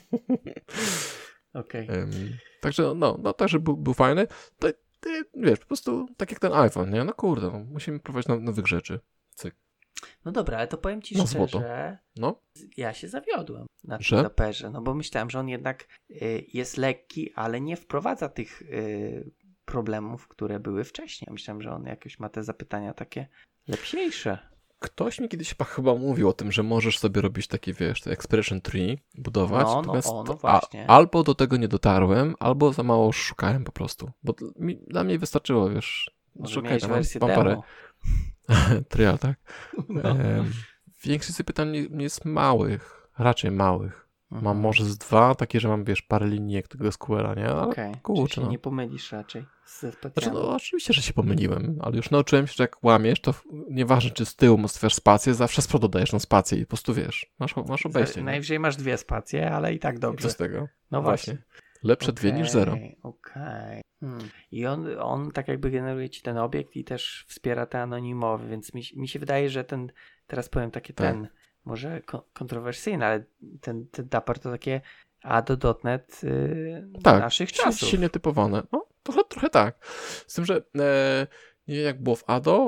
Okej. Także także był fajny. Wiesz, po prostu tak jak ten iPhone, nie? No kurde, musimy próbować nowych rzeczy. Cyk. No dobra, ale to powiem ci szczerze, ja się zawiodłem na tym Dapperze, no bo myślałem, że on jednak jest lekki, ale nie wprowadza tych problemów, które były wcześniej. Myślałem, że on jakoś ma te zapytania takie lepsiejsze. Ktoś mi kiedyś chyba mówił o tym, że możesz sobie robić takie, wiesz, te expression tree budować. No właśnie. Albo do tego nie dotarłem, albo za mało szukałem po prostu. Bo dla mnie wystarczyło, wiesz. Może miałeś wersję mam demo. Trial, tak? Większość zapytań jest małych, raczej małych. Mam może z 2, takie, że mam, wiesz, parę linijek tego SQL-a, nie? Ale kurczę, nie pomylisz raczej ze Znaczy, oczywiście, że się pomyliłem, ale już nauczyłem się, że jak łamiesz, to nieważne, czy z tyłu stawiasz spację, zawsze z przodu dajesz tą spację i po prostu, wiesz, masz obejście. Najwyżej masz 2 spacje, ale i tak dobrze. Co z tego? No właśnie. Lepsze 2 niż 0. Okej. I on tak jakby generuje ci ten obiekt i też wspiera te anonimowe, więc mi się wydaje, że teraz powiem może kontrowersyjny, ale ten Dapper to takie ADO.NET naszych czasów. Silnie typowane. No, trochę tak. Z tym, że nie wiem jak było w ADO,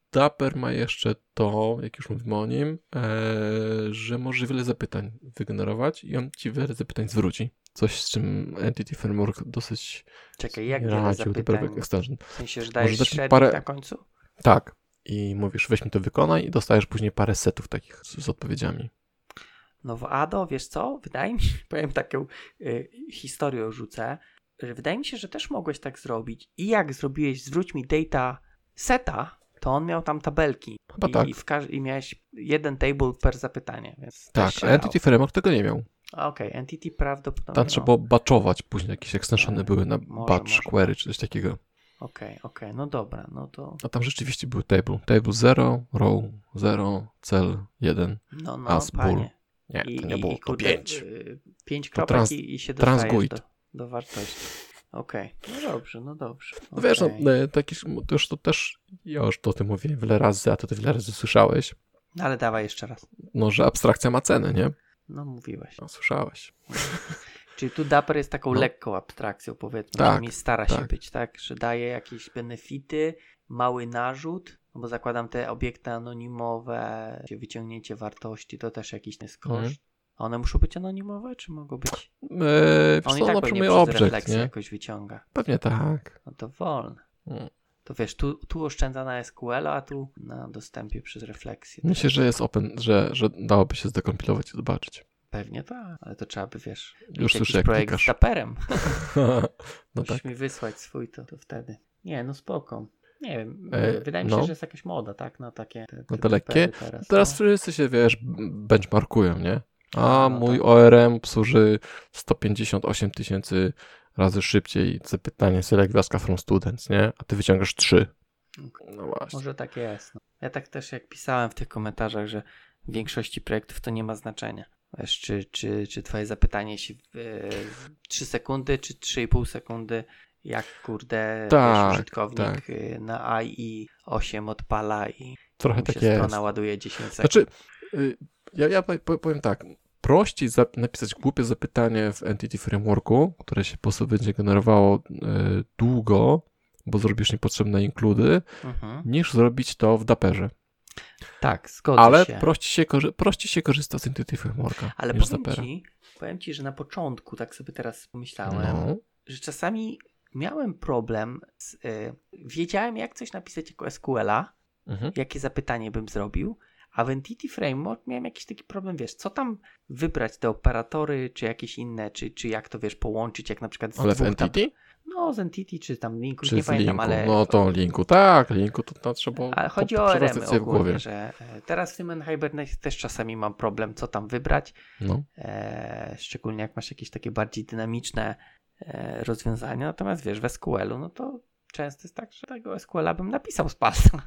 Dapper ma jeszcze to, jak już mówimy o nim, że może wiele zapytań wygenerować i on ci wiele zapytań zwróci. Coś, z czym Entity Framework dosyć Czekaj, jak wiele radził, zapytań? Dapper Extension. W sensie, że Może dajesz dać średnik na końcu? Tak. I mówisz, weź mi to wykonaj i dostajesz później parę setów takich z odpowiedziami. No w Ado, wiesz co? Wydaje mi się, powiem taką historię rzucę, że wydaje mi się, że też mogłeś tak zrobić i jak zrobiłeś zwróć mi data seta, to on miał tam tabelki. Chyba tak. I miałeś jeden table per zapytanie. Więc Tak, a Entity Framework tego nie miał. Okej, Entity prawdopodobnie. Tam trzeba było batchować później, jakieś extensiony były na batch query czy coś takiego. Okej, no dobra, no to... A tam rzeczywiście był table. Table 0, row 0, cell 1, as, bool. Nie, to nie było, to 5. 5 kropek i się dostajesz do wartości. Okej, no dobrze. No wiesz, to też, ja już to o tym mówię wiele razy, a to ty wiele razy słyszałeś. No ale dawaj jeszcze raz. No, że abstrakcja ma cenę, nie? No mówiłeś. No, słyszałeś. Czyli tu Dapper jest taką lekką abstrakcją, powiedzmy, tak, przynajmniej stara się być, tak? Że daje jakieś benefity, mały narzut, no bo zakładam te obiekty anonimowe, wyciągnięcie wartości, to też jakiś jest koszt. A one muszą być anonimowe, czy mogą być? On i tak pewnie przez refleksję jakoś wyciąga. Pewnie tak. No to wolne. To wiesz, tu oszczędza na SQL, a tu na dostępie przez refleksję. Myślę, że jest open, że dałoby się zdekompilować i zobaczyć. Pewnie tak, ale to trzeba by, wiesz, już słyszę, jak projekt klikasz. z Dapperem. No musisz tak. mi wysłać swój, to wtedy. Nie, no spoko. Nie wiem, wydaje mi się, że jest jakaś moda, tak? Na takie te lekkie. Teraz wszyscy się, wiesz, benchmarkują, nie? Mój tak. ORM obsłuży 158 000 razy szybciej zapytanie select gwiazdka from students, nie? A ty wyciągasz 3. No właśnie. Może tak jest. No. Ja tak też jak pisałem w tych komentarzach, że w większości projektów to nie ma znaczenia. Wiesz, czy twoje zapytanie się w 3 sekundy, czy 3,5 sekundy, jak kurde wiesz, użytkownik na AI 8 odpala i trochę tak jest. Strona ładuje 10 sekund. Znaczy, ja powiem tak, prościej napisać głupie zapytanie w Entity Frameworku, które się po prostu będzie generowało długo, bo zrobisz niepotrzebne includy, niż zrobić to w Dapperze. Tak, zgodzę się. Ale prościej się korzysta z Entity Frameworka. Ale powiem ci, że na początku, tak sobie teraz pomyślałem, że czasami miałem problem wiedziałem, jak coś napisać jako SQL-a, jakie zapytanie bym zrobił, a w Entity Framework miałem jakiś taki problem, wiesz, co tam wybrać, te operatory, czy jakieś inne, czy jak to, wiesz, połączyć, jak na przykład z ale w Entity? No, z Entity, czy tam linku, czy nie pamiętam, linku. ale... No to linku, tak, linku to trzeba... Ale chodzi o ORM ogólnie, że teraz w tym Hibernate też czasami mam problem, co tam wybrać, szczególnie jak masz jakieś takie bardziej dynamiczne rozwiązania, natomiast wiesz, w SQL-u, no to często jest tak, że tego SQL-a bym napisał z palca,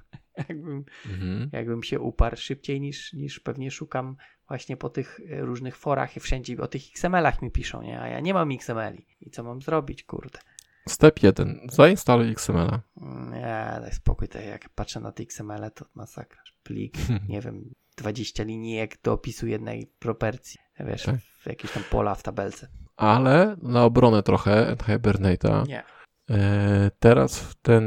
jakbym się uparł szybciej niż pewnie szukam właśnie po tych różnych forach i wszędzie o tych XML-ach mi piszą, nie? A ja nie mam XML-i. I co mam zrobić, kurde? Step 1. Zainstaluj XML-a. Nie, daj spokój, to jak patrzę na te XML-e, to masakra. Plik, nie wiem, 20 linijek do opisu jednej proporcji, wiesz, w jakieś tam pola w tabelce. Ale na obronę trochę Hibernate'a. Nie. Teraz w ten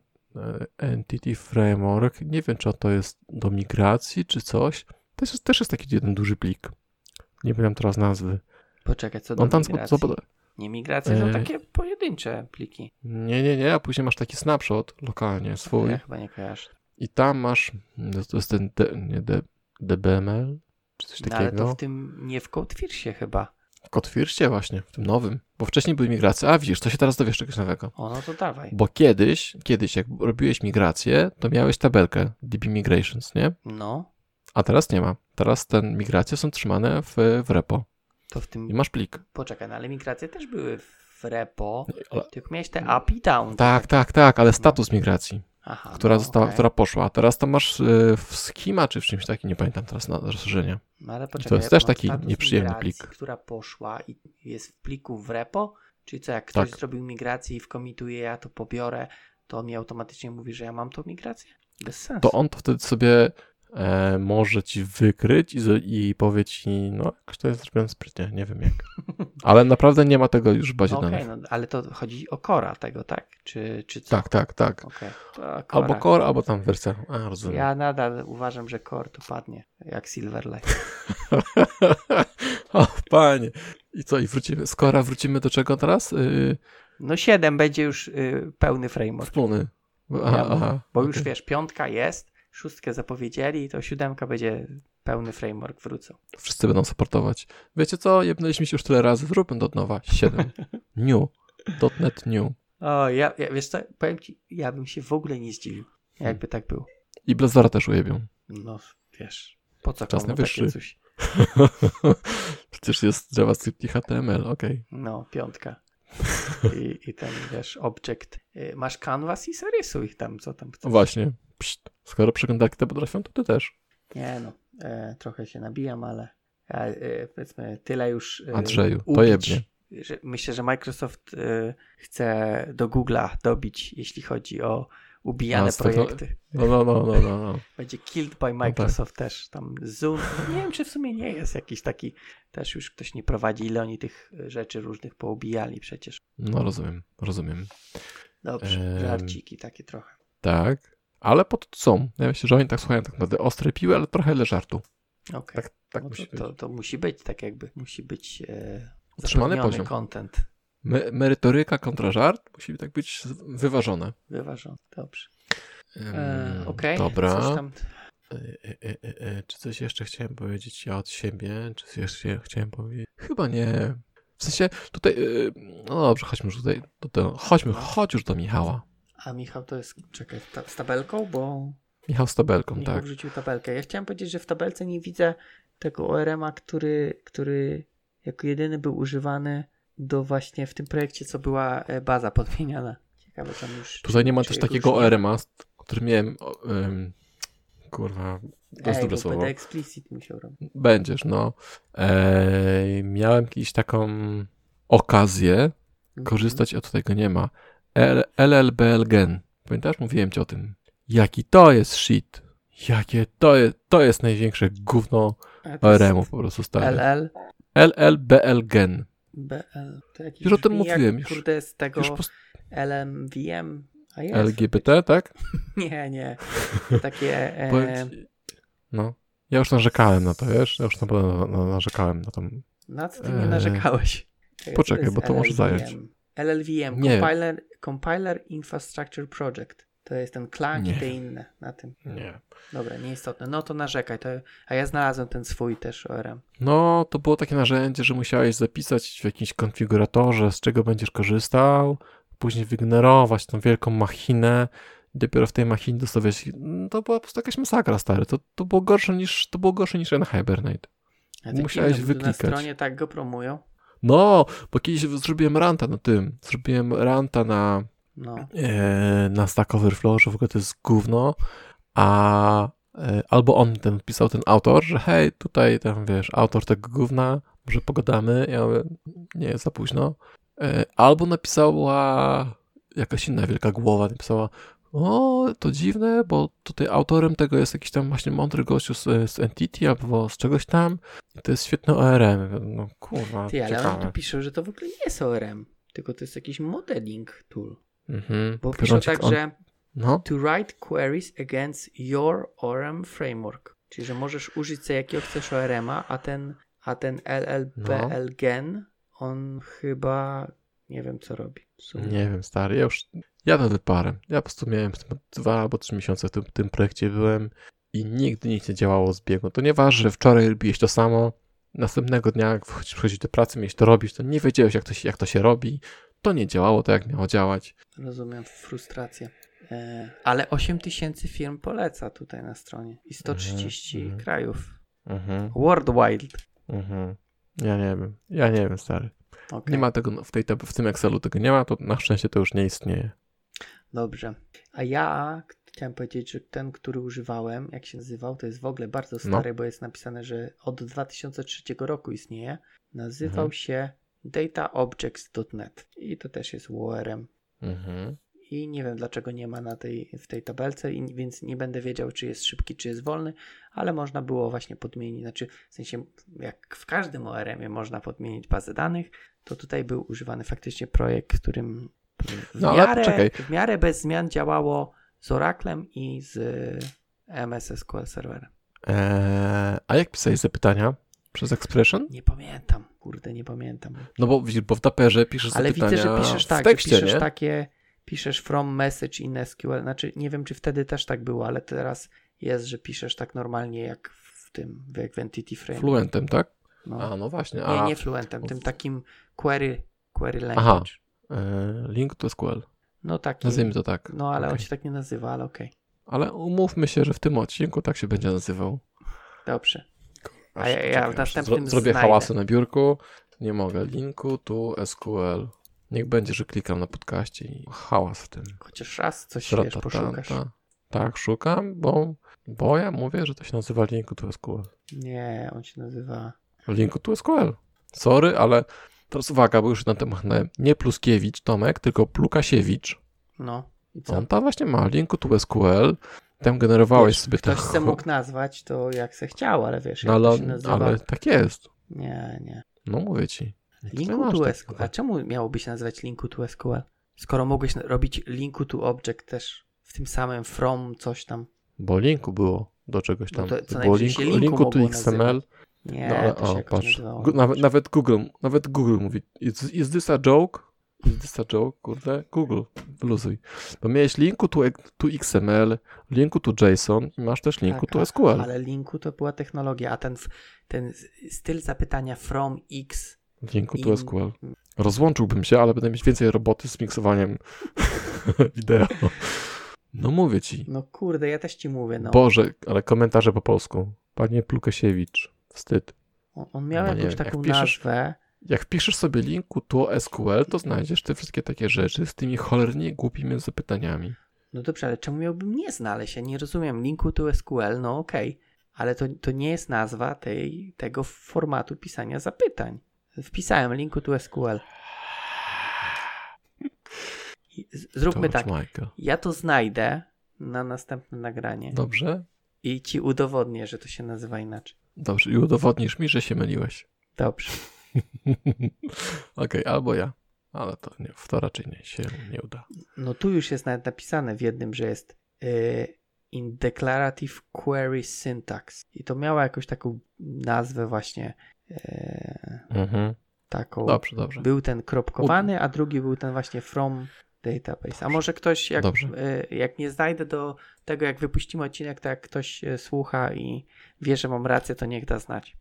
Entity Framework, nie wiem, czy to jest do migracji, czy coś. To też jest taki jeden duży plik. Nie wiem teraz nazwy. Poczekaj, co do migracji? Nie, migracje są takie pojedyncze pliki. Nie, a później masz taki snapshot lokalnie swój. Ja chyba nie kojarzę. I tam masz, to jest ten DBML, czy coś takiego. Ale to w tym, nie w CodeFirsie chyba. W CodeFirsie właśnie, w tym nowym. Bo wcześniej były migracje. A widzisz, to się teraz dowiesz czegoś nowego. O, no to dawaj. Bo kiedyś jak robiłeś migrację, to miałeś tabelkę DB Migrations, nie? No. A teraz nie ma. Teraz te migracje są trzymane w repo. To w tym... I masz plik. Poczekaj, no ale migracje też były w repo, tylko miałeś te up i down. Tak, ale status migracji, Aha, która poszła. A teraz to masz w schema czy w czymś takim, nie pamiętam teraz rozszerzenia. No ale poczekaj, to jest też taki nieprzyjemny plik. Która poszła i jest w pliku w repo, czyli co, jak ktoś zrobił migrację i wkomituje, ja to pobiorę, to mi automatycznie mówi, że ja mam tą migrację? Bez sensu. To on to wtedy sobie może ci wykryć i powie ci, no jakoś to jest zrobione sprytnie, nie wiem jak. Ale naprawdę nie ma tego już w bazie danych. No, ale to chodzi o Cora tego, tak? Czy co? Tak. Okay. Albo Core, albo tam wersja. Rozumiem. Ja nadal uważam, że Core to padnie, jak Silverlight. O, panie. I co, i wrócimy? Z Core'a wrócimy do czego teraz? No 7 będzie już pełny framework. Wspólny. Bo już wiesz, 5 jest, 6 zapowiedzieli, to 7 będzie pełny framework wrócą. Wszyscy będą supportować. Wiecie co? Jebnęliśmy się już tyle razy. Zróbmy do nowa. 7. New. .NET New. O, wiesz co, powiem ci, ja bym się w ogóle nie zdziwił, jakby tak było. I Blazora też ujebią. No, wiesz, po co Czas komu najwyższy. takie coś? Przecież jest JavaScript i HTML, okej. No, 5. I ten, wiesz, object. Masz Canvas i zarysuj ich tam, co tam chcesz. No właśnie. Pszt. Skoro przeglądarki to potrafią, to ty też. Nie no, trochę się nabijam, ale powiedzmy tyle już Andrzeju, to ubić, jebnie. że myślę, że Microsoft chce do Google'a dobić, jeśli chodzi o ubijane projekty. No. Będzie killed by Microsoft też. Tam Zoom. Nie wiem, czy w sumie nie jest jakiś taki, też już ktoś nie prowadzi, ile oni tych rzeczy różnych poubijali przecież. No rozumiem. Dobrze, żarciki takie trochę. Tak, ale po to są. Ja myślę, że oni tak słuchają tak naprawdę ostre piły, ale trochę dla żartu. Okej. Tak No musi być. to musi być tak jakby. Musi być Utrzymany zapewniony poziom. content. Merytoryka kontra żart musi tak być wyważone. Wyważony, dobrze. Okej. Dobra. Coś tam... Czy coś jeszcze chciałem powiedzieć ja od siebie? Czy coś jeszcze chciałem powiedzieć? Chyba nie. W sensie tutaj, no dobrze, chodźmy już tutaj, chodź już do Michała. A Michał to jest, czekaj, z tabelką, bo Michał z tabelką, Michał tak. wrzucił tabelkę. Ja chciałem powiedzieć, że w tabelce nie widzę tego ORM-a, który jako jedyny był używany do właśnie w tym projekcie, co była baza podmieniana. Ciekawe, tam już... Tutaj nie ma też takiego ORM-a, który miałem, kurwa, to jest dobre słowo. będę explicit musiał robić. Będziesz, no. Miałem kiedyś taką okazję korzystać, a tutaj go nie ma. LLBLGen. Pamiętasz? Mówiłem ci o tym. Jaki to jest shit. Jakie to jest największe gówno ORM-u po prostu stare. LLBLGen. BL. To jakiś Już o tym brzmi mówiłem. Jak, kurde, z tego już LMVM. A jest. LGBT, tak? Nie. Takie... No. Ja już narzekałem na to, wiesz? Ja już narzekałem na to. Na co ty nie narzekałeś? Poczekaj, bo to może zająć. LLVM, Compiler Infrastructure Project. To jest ten Clang i te inne na tym. Nie. Dobra, nieistotne. No to narzekaj. A ja znalazłem ten swój też ORM. No, to było takie narzędzie, że musiałeś zapisać w jakimś konfiguratorze, z czego będziesz korzystał, później wygenerować tą wielką machinę i dopiero w tej machinie dostawiać. To była po prostu jakaś masakra, stary. To było gorsze niż na Hibernate. Musiałeś wyklikać. Na stronie tak go promują? No, bo kiedyś zrobiłem ranta na tym. Zrobiłem ranta na Stack Overflow, że w ogóle to jest gówno, albo on pisał ten autor, że hej, tutaj tam wiesz, autor tego gówna, może pogadamy. Ja mówię, nie jest za późno. Albo napisała jakaś inna wielka głowa, napisała, o, to dziwne, bo tutaj autorem tego jest jakiś tam właśnie mądry gościu z Entity albo z czegoś tam i to jest świetne ORM. No kurwa, ale ciekawe. on tu pisze, że to w ogóle nie jest ORM, tylko to jest jakiś modeling tool. Mhm. Bo pisze tak, że no? to write queries against your ORM framework. Czyli, że możesz użyć sobie jakiego chcesz ORM-a, a ten LLBLGen, on chyba nie wiem co robi. Nie wiem, stary, ja to wyparę. Ja po prostu miałem 2 albo 3 miesiące w tym projekcie byłem i nigdy nic nie działało z biegu. To nie ważne, że wczoraj robiłeś to samo, następnego dnia jak przychodzisz do pracy, miałeś to robić, to nie wiedziałeś jak to się robi. To nie działało tak, jak miało działać. Rozumiem frustrację. Ale 8000 firm poleca tutaj na stronie i 130 krajów. Worldwide. Ja nie wiem, stary. Okay. Nie ma tego w tym Excelu, tego nie ma, to na szczęście to już nie istnieje. Dobrze. A ja chciałem powiedzieć, że ten, który używałem, jak się nazywał, to jest w ogóle bardzo stary, bo jest napisane, że od 2003 roku istnieje. Nazywał się dataobjects.net i to też jest ORM. i nie wiem dlaczego nie ma w tej tabelce, więc nie będę wiedział, czy jest szybki, czy jest wolny, ale można było właśnie podmienić, znaczy w sensie jak w każdym ORM-ie można podmienić bazę danych, to tutaj był używany faktycznie projekt, którym w miarę bez zmian działało z Oraclem i z MS SQL Serverem. A jak pisałeś zapytania? Przez Expression? Nie pamiętam, nie pamiętam. No bo widzisz, bo w Dapperze piszesz ale zapytania widzę, że piszesz w tekście, nie? Piszesz from message in SQL, znaczy nie wiem, czy wtedy też tak było, ale teraz jest, że piszesz tak normalnie jak w Entity Frame. Fluentem, tak? No. No właśnie. Nie Fluentem, tym takim query language. Link to SQL. No taki. Nazwijmy to tak. No ale on się tak nie nazywa, ale okej. Ale umówmy się, że w tym odcinku tak się będzie nazywał. Dobrze. A ja w następnym zrobię hałasy na biurku. Nie mogę. Linku to SQL. Niech będzie, że klikam na podcaście i hałas w tym. Chociaż raz coś poszukasz. Tak, szukam, bo ja mówię, że to się nazywa Linku to SQL. Nie, on się nazywa... Linku to SQL. Sorry, ale teraz uwaga, bo już na temat nie Pluskiewicz, Tomek, tylko Plukasiewicz. No i co? On tam właśnie ma Linku to SQL. Tam generowałeś sobie... Ktoś se mógł nazwać to jak se chciał, ale wiesz, jak ale, to się nazywa... ale tak jest. Nie. No mówię ci. Linku to SQL. A czemu miałoby się nazywać Linku to SQL? Skoro mogłeś robić Linku to Object też w tym samym from coś tam. Bo linku było do czegoś tam. To, co było linku to XML. Nie, no, to się jakoś patrz. nazywało. Nawet Google mówi, is this a joke? Is this a joke? Kurde, Google, wyluzuj. Bo miałeś linku to XML, linku to JSON i masz też linku to SQL. Ale linku to była technologia, a ten styl zapytania from X linku to SQL. Rozłączyłbym się, ale będę mieć więcej roboty z miksowaniem wideo. No mówię ci. No kurde, ja też ci mówię. No. Boże, ale komentarze po polsku. Panie Plukasiewicz, wstyd. On miał jakąś taką nazwę. Jak wpiszesz sobie linku to SQL, to znajdziesz te wszystkie takie rzeczy z tymi cholernie głupimi zapytaniami. No dobrze, ale czemu miałbym nie znaleźć? Ja nie rozumiem. Linku to SQL, no okej. Ale to nie jest nazwa tego formatu pisania zapytań. Wpisałem linku to SQL. Zróbmy tak. Michael. Ja to znajdę na następne nagranie. Dobrze. I ci udowodnię, że to się nazywa inaczej. Dobrze. I udowodnisz mi, że się myliłeś. Dobrze. Okej, albo ja. Ale to raczej się nie uda. No tu już jest nawet napisane w jednym, że jest in declarative query syntax. I to miało jakąś taką nazwę właśnie taką. Dobrze. Był ten kropkowany, a drugi był ten właśnie from database. A może ktoś, jak nie znajdę do tego, jak wypuścimy odcinek, to jak ktoś słucha i wie, że mam rację, to niech da znać.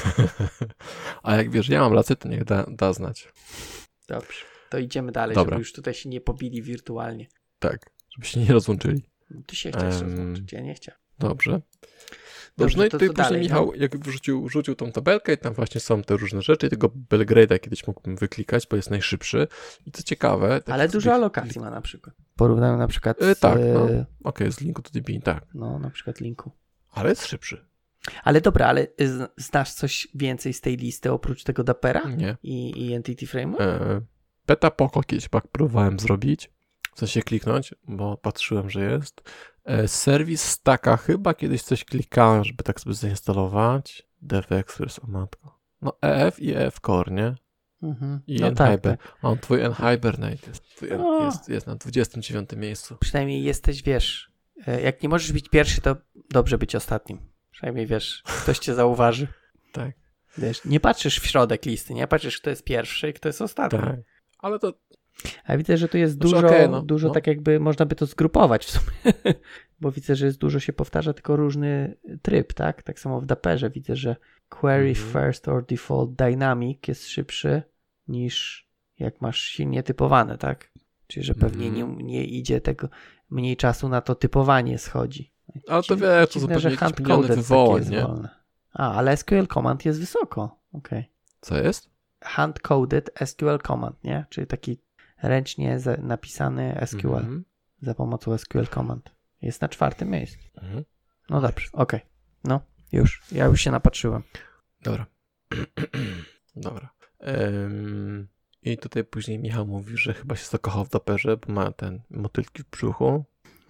A jak wiesz, ja mam rację, to niech da znać. Dobrze, to idziemy dalej, żeby już tutaj się nie pobili wirtualnie. Tak, żeby się nie rozłączyli. Ty się chciałeś rozłączyć, ja nie chciałem. Dobrze, no i tutaj później Michał, jak wrzucił tą tabelkę i tam właśnie są te różne rzeczy i tego Belgrade'a kiedyś mógłbym wyklikać, bo jest najszybszy. I co ciekawe... Ale dużo alokacji ma na przykład. Porównają na przykład z... Tak, Okej, z linku to DB, tak. No, na przykład linku. Ale jest szybszy. Ale dobra, ale znasz coś więcej z tej listy oprócz tego Dappera? Nie. I Entity Frame'u? Beta Poco kiedyś próbowałem zrobić. W sensie kliknąć, bo patrzyłem, że jest. Serwis Stacka chyba kiedyś coś klikałem, żeby tak sobie zainstalować. DevExpress, o matko. No EF i EF Core, nie? I no Enhibernate. Tak. Twój Enhibernate jest na 29 miejscu. Przynajmniej jesteś, wiesz, jak nie możesz być pierwszy, to dobrze być ostatnim. Przynajmniej wiesz, ktoś cię zauważy. Tak. Wiesz, nie patrzysz w środek listy, nie patrzysz, kto jest pierwszy i kto jest ostatni. Tak. Ale to... A widzę, że tu jest dużo tak jakby można by to zgrupować w sumie. Bo widzę, że jest dużo się powtarza, tylko różny tryb, tak? Tak samo w Dapperze widzę, że query first or default dynamic jest szybszy niż jak masz silnie typowane, tak? Czyli, że pewnie nie idzie tego, mniej czasu na to typowanie schodzi. Ale to wiesz, to zupełnie jakieś miliony wywołań, nie? Ale SQL command jest wysoko. Okay. Co jest? Hand-coded SQL command, nie? Czyli taki ręcznie napisany SQL za pomocą SQL command. Jest na 4. miejscu. No dobrze, okej. No, już. Ja już się napatrzyłem. Dobra. Dobra. I tutaj później Michał mówi, że chyba się zakochał w Dapperze, bo ma ten motylki w brzuchu.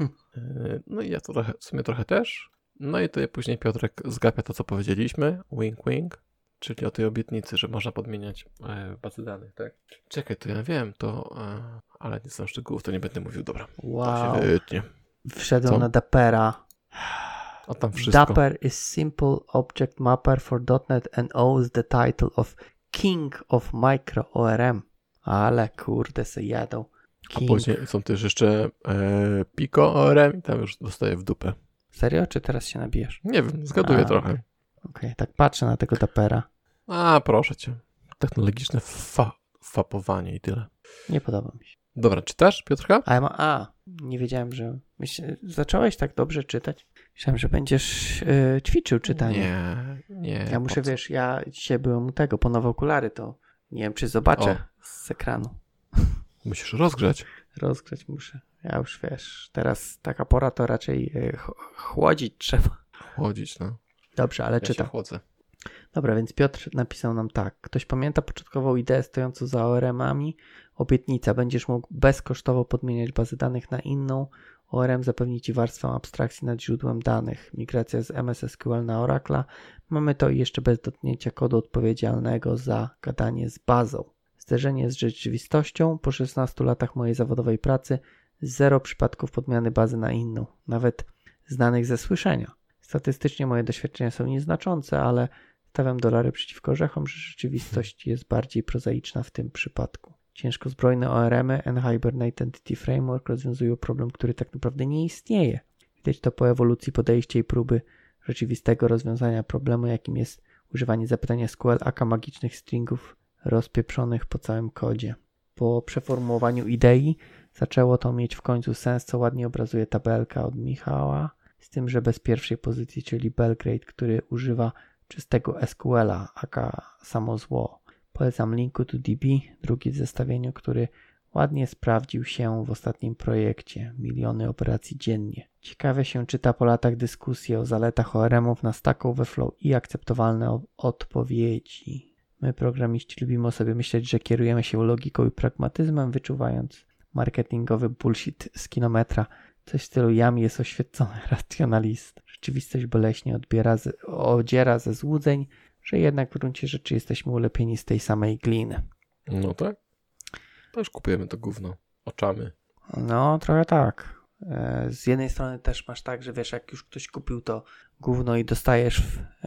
No i ja to w sumie trochę też. No i tutaj później Piotrek zgapia to, co powiedzieliśmy. Wink, wink. Czyli o tej obietnicy, że można podmieniać bazy danych, tak? Czekaj, to ja wiem, ale nie znam szczegółów, to nie będę mówił. Dobra, Wow. to się wytnie. Wszedłem na Dappera. A tam wszystko. Dapper is simple object mapper for .NET and owns the title of King of Micro ORM. Ale kurde se jadą. King. A później są też jeszcze Pico ORM i tam już dostaję w dupę. Serio? Czy teraz się nabijasz? Nie wiem, zgaduję trochę. Okej, tak patrzę na tego Dappera. A, proszę cię. Technologiczne fapowanie i tyle. Nie podoba mi się. Dobra, czytasz, Piotrka? Nie wiedziałem, że... Zacząłeś tak dobrze czytać? Myślałem, że będziesz ćwiczył czytanie. Nie. Ja muszę, ja dzisiaj byłem u tego, po nowe okulary, to nie wiem, czy zobaczę z ekranu. Musisz rozgrzać. Rozgrzać muszę. Ja już, teraz taka pora, to raczej chłodzić trzeba. Chłodzić, no. Dobrze, ale czytam. Chłodzę. Dobra, więc Piotr napisał nam tak. Ktoś pamięta początkową ideę stojącą za ORM-ami? Obietnica. Będziesz mógł bezkosztowo podmieniać bazy danych na inną. ORM zapewni Ci warstwę abstrakcji nad źródłem danych. Migracja z MS SQL na Oracle'a. Mamy to i jeszcze bez dotknięcia kodu odpowiedzialnego za gadanie z bazą. Zderzenie z rzeczywistością. Po 16 latach mojej zawodowej pracy 0 przypadków podmiany bazy na inną. Nawet znanych ze słyszenia. Statystycznie moje doświadczenia są nieznaczące, ale stawiam dolary przeciwko orzechom, że rzeczywistość jest bardziej prozaiczna w tym przypadku. Ciężkozbrojne ORM-y, N-Hibernate Entity Framework rozwiązują problem, który tak naprawdę nie istnieje. Widać to po ewolucji podejścia i próby rzeczywistego rozwiązania problemu, jakim jest używanie zapytania SQL aka magicznych stringów rozpieprzonych po całym kodzie. Po przeformułowaniu idei zaczęło to mieć w końcu sens, co ładnie obrazuje tabelka od Michała, z tym, że bez pierwszej pozycji, czyli Belgrade, który używa czystego SQL-a, aka samo zło. Polecam linku to DB, drugi w zestawieniu, który ładnie sprawdził się w ostatnim projekcie. Miliony operacji dziennie. Ciekawie się czyta po latach dyskusji o zaletach ORM-ów na Stack Overflow i akceptowalne odpowiedzi. My, programiści, lubimy o sobie myśleć, że kierujemy się logiką i pragmatyzmem, wyczuwając marketingowy bullshit z kilometra. Coś w stylu Yami jest oświecony racjonalist. Rzeczywistość boleśnie odziera ze złudzeń, że jednak w gruncie rzeczy jesteśmy ulepieni z tej samej gliny. No tak. To już kupujemy to gówno. Oczami. No, trochę tak. Z jednej strony też masz tak, że wiesz, jak już ktoś kupił to gówno i dostajesz,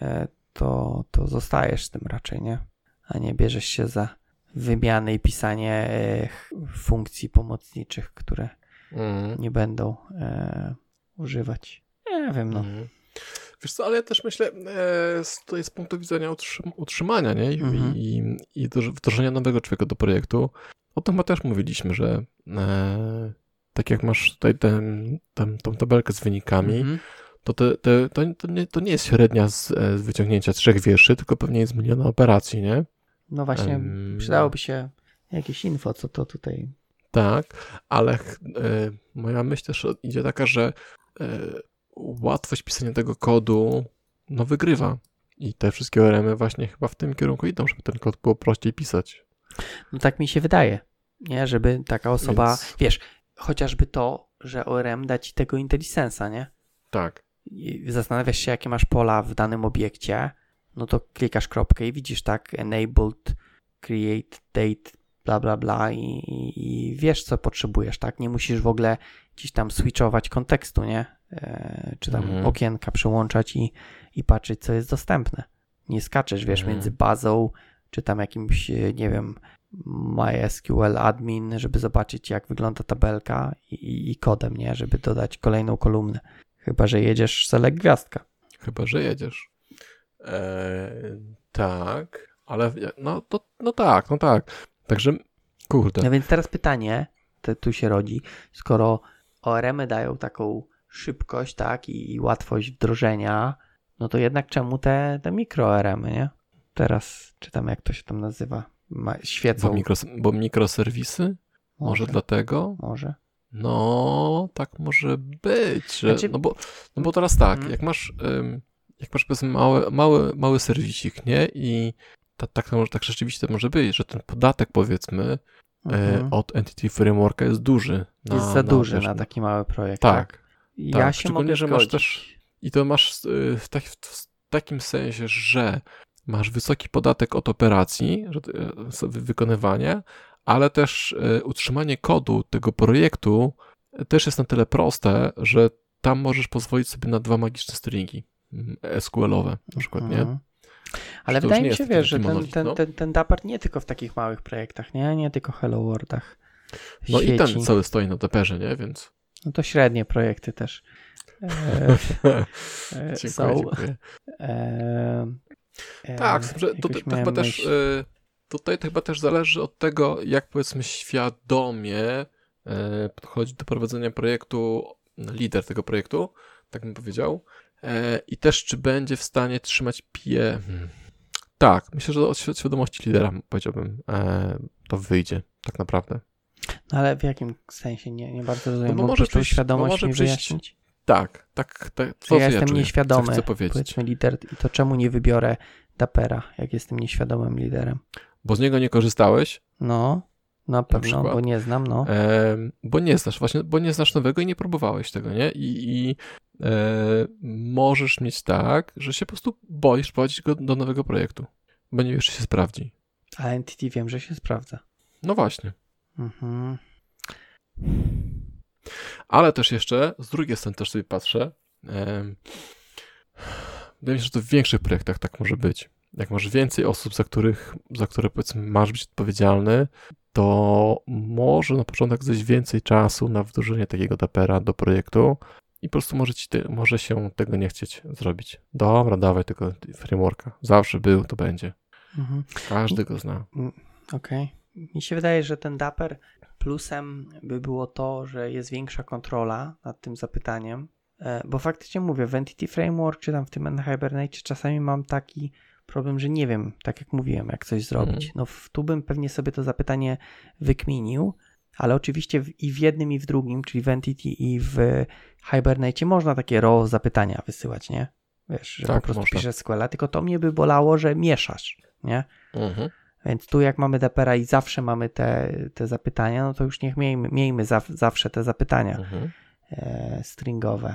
to zostajesz z tym raczej, nie? A nie bierzesz się za wymianę i pisanie funkcji pomocniczych, które nie będą używać. Nie wiem, no. Wiesz co, ale ja też myślę, to jest z punktu widzenia utrzymania, nie? I wdrożenia nowego człowieka do projektu. O tym chyba też mówiliśmy, że tak jak masz tutaj tą tabelkę z wynikami, to nie jest średnia z wyciągnięcia 3 wierszy, tylko pewnie jest miliona operacji, nie? No właśnie, przydałoby się jakieś info, co to tutaj... Tak, ale moja myśl też idzie taka, że łatwość pisania tego kodu wygrywa. I te wszystkie ORM-y właśnie chyba w tym kierunku idą, żeby ten kod było prościej pisać. No tak mi się wydaje, nie? Żeby taka osoba, wiesz, chociażby to, że ORM da ci tego IntelliSense'a, nie? Tak. I zastanawiasz się, jakie masz pola w danym obiekcie, no to klikasz kropkę i widzisz, tak, enabled, create, date, bla, bla, bla i wiesz, co potrzebujesz, tak? Nie musisz w ogóle gdzieś tam switchować kontekstu, nie? Czy tam okienka przełączać i patrzeć, co jest dostępne. Nie skaczesz, wiesz, między bazą, czy tam jakimś, nie wiem, MySQL admin, żeby zobaczyć, jak wygląda tabelka i kodem, nie? Żeby dodać kolejną kolumnę. Chyba że jedziesz select gwiazdka. Chyba że jedziesz. Tak, ale no tak. Także, kurde. No więc teraz pytanie, tu się rodzi, skoro ORM-y dają taką szybkość, tak, i łatwość wdrożenia, no to jednak czemu te mikro ORM-y, nie? Teraz czytam, jak to się tam nazywa. Świecą. Bo mikroserwisy? Może dlatego? Może. No, tak może być. Że, bo teraz tak, jak masz powiedzmy mały serwisik, nie? I tak rzeczywiście może być, że ten podatek, powiedzmy, od Entity Frameworka jest duży. Jest za duży na taki mały projekt. Tak. Ja się mogę że zgodzić. masz też, i to masz w takim sensie, że masz wysoki podatek od operacji, wykonywanie, ale też utrzymanie kodu tego projektu też jest na tyle proste, że tam możesz pozwolić sobie na 2 magiczne stringi SQL-owe na przykład, nie? Ale wydaje mi się, wiesz, że monolit, ten Dapper nie tylko w takich małych projektach, nie tylko Hello Worldach. No i ten cały stoi na Dapperze, nie? Więc... No to średnie projekty też są. Dziękuję. Tak, że tutaj to chyba też zależy od tego, jak powiedzmy świadomie podchodzi do prowadzenia projektu lider tego projektu, tak bym powiedział, i też czy będzie w stanie trzymać Tak, myślę, że od świadomości lidera, powiedziałbym, to wyjdzie tak naprawdę. No ale w jakim sensie? Nie bardzo rozumiem. No bo możesz tą świadomość mi wyjaśnić? Tak. Ja jestem nieświadomy, chcę powiedzieć. powiedzmy lider, i to czemu nie wybiorę Dappera, jak jestem nieświadomym liderem? Bo z niego nie korzystałeś? No, na pewno, bo nie znam, bo nie znasz, właśnie, bo nie znasz nowego i nie próbowałeś tego, nie? I możesz mieć tak, że się po prostu boisz prowadzić go do nowego projektu, bo nie wiesz, czy się sprawdzi. A Entity wiem, że się sprawdza. No właśnie. Mhm. Ale też jeszcze, z drugiej strony też sobie patrzę, wydaje mi się, że to w większych projektach tak może być. Jak masz więcej osób, za które powiedzmy masz być odpowiedzialny, to może na początek zejść więcej czasu na wdrożenie takiego Dappera do projektu i po prostu może się tego nie chcieć zrobić. Dobra, dawaj tego frameworka. Zawsze był, to będzie. Mhm. Każdy go zna. Okej. Mi się wydaje, że ten Dapper plusem by było to, że jest większa kontrola nad tym zapytaniem, bo faktycznie mówię, w Entity Framework czy tam w tym Hibernate czasami mam taki problem, że nie wiem, tak jak mówiłem, jak coś zrobić. No tu bym pewnie sobie to zapytanie wykminił, ale oczywiście i w jednym i w drugim, czyli w Entity i w Hibernate można takie raw zapytania wysyłać, nie? Wiesz, że tak, po prostu można. piszesz SQL-a, tylko to mnie by bolało, że mieszasz, nie? Więc tu jak mamy Dappera i zawsze mamy te zapytania, no to już niech miejmy zawsze te zapytania stringowe.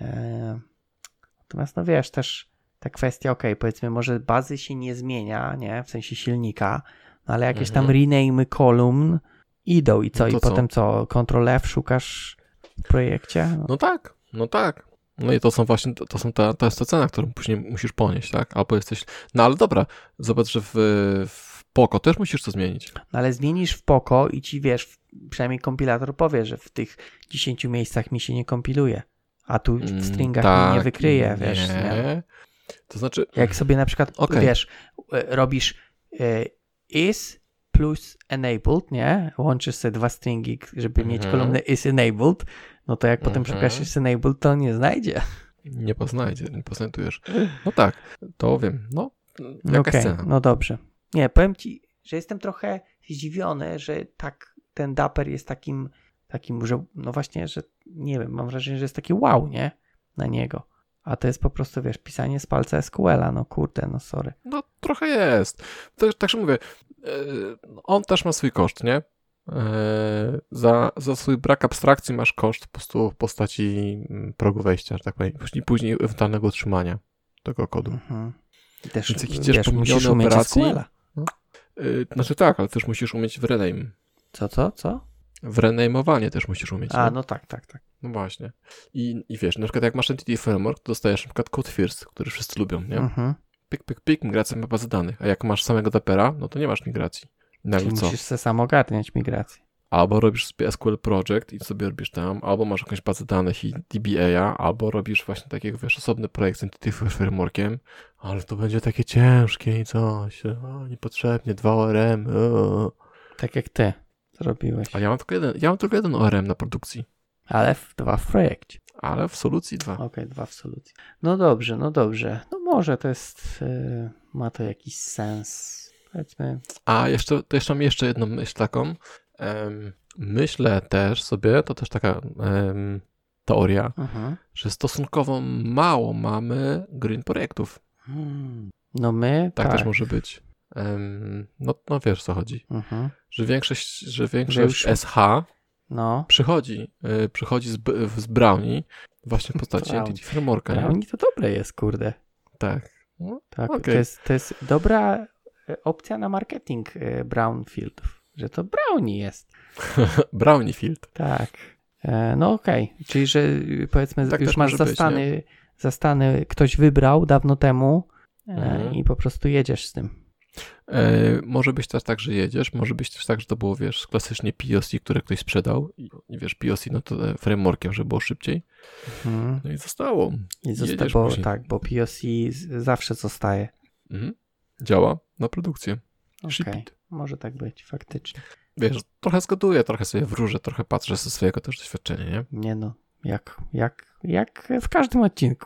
Natomiast no wiesz, też ta kwestia, powiedzmy może bazy się nie zmienia, nie, w sensie silnika, no ale jakieś tam rename kolumn idą i co? I potem co? Ctrl F szukasz w projekcie? No tak. No i to są właśnie, to jest ta cena, którą później musisz ponieść, tak? Albo jesteś, no ale dobra, zobacz, że w Poco też musisz to zmienić. No ale zmienisz w Poco i ci, wiesz, przynajmniej kompilator powie, że w tych 10 miejscach mi się nie kompiluje, a tu w stringach mi nie wykryje, wiesz. Nie? To znaczy... Jak sobie na przykład, wiesz, robisz is plus enabled, nie? Łączysz sobie 2 stringi, żeby mieć kolumnę is enabled, no to jak potem szukasz is enabled, to nie znajdzie. Nie poznajdujesz. No tak, to wiem. No, jakaś cena. No dobrze. Nie, powiem ci, że jestem trochę zdziwiony, że tak ten Dapper jest takim, że no właśnie, że nie wiem, mam wrażenie, że jest taki wow, nie? Na niego. A to jest po prostu, wiesz, pisanie z palca SQL-a, no kurde, no sorry. No trochę jest. Także mówię, on też ma swój koszt, nie? Za swój brak abstrakcji masz koszt po prostu w postaci progu wejścia, że tak powiem, później ewentualnego utrzymania tego kodu. Też, więc jak idziesz po musisz umieć SQL-a. Znaczy tak, ale też musisz umieć w rename. Co? W rename'owanie też musisz umieć. A, no tak. No właśnie. I wiesz, na przykład jak masz Entity Framework, to dostajesz na przykład Code First, który wszyscy lubią, nie? Pik, migracja ma bazy danych. A jak masz samego Dappera, no to nie masz migracji. Czyli musisz sobie sam ogarniać migrację. Albo robisz sobie SQL Project i sobie robisz tam, albo masz jakąś bazę danych i DBA, albo robisz właśnie takiego, wiesz, osobny projekt z Entity Frameworkiem, ale to będzie takie ciężkie i coś, niepotrzebnie, 2 ORM. Tak jak ty zrobiłeś. A ja mam tylko jeden ORM na produkcji. Ale 2 w projekcie. Ale w solucji 2. Okej, 2 w solucji. No dobrze. No może to jest, ma to jakiś sens. Powiedzmy. A jeszcze mam jedną myśl taką. Myślę też sobie, to też taka teoria, że stosunkowo mało mamy green projektów. No my tak też może być. No wiesz, co chodzi. Mhm. Że większość już- SH No, przychodzi z Brownie właśnie w postaci Brownie. Entity Frameworka. Nie? Brownie to dobre jest, kurde. Tak. No, Tak, okej. to jest dobra opcja na marketing brownfieldów, że to brownie jest. Brownie Field. Tak. No okej. Czyli, że powiedzmy Tak już też masz może być, zastany ktoś wybrał dawno temu Mhm. i po prostu jedziesz z tym. Może być też tak, że jedziesz, może być też tak, że to było, wiesz, klasycznie POC, które ktoś sprzedał i wiesz, POC, no to frameworkiem, żeby było szybciej. Mhm. No i zostało. I Jedziesz bo, później. tak, bo POC zawsze zostaje. Mhm. Działa na produkcję. Ship Okej, it. może tak być, faktycznie. Wiesz, trochę zgaduję, trochę sobie wróżę, trochę patrzę ze swojego też doświadczenia, nie? Nie no, jak w każdym odcinku.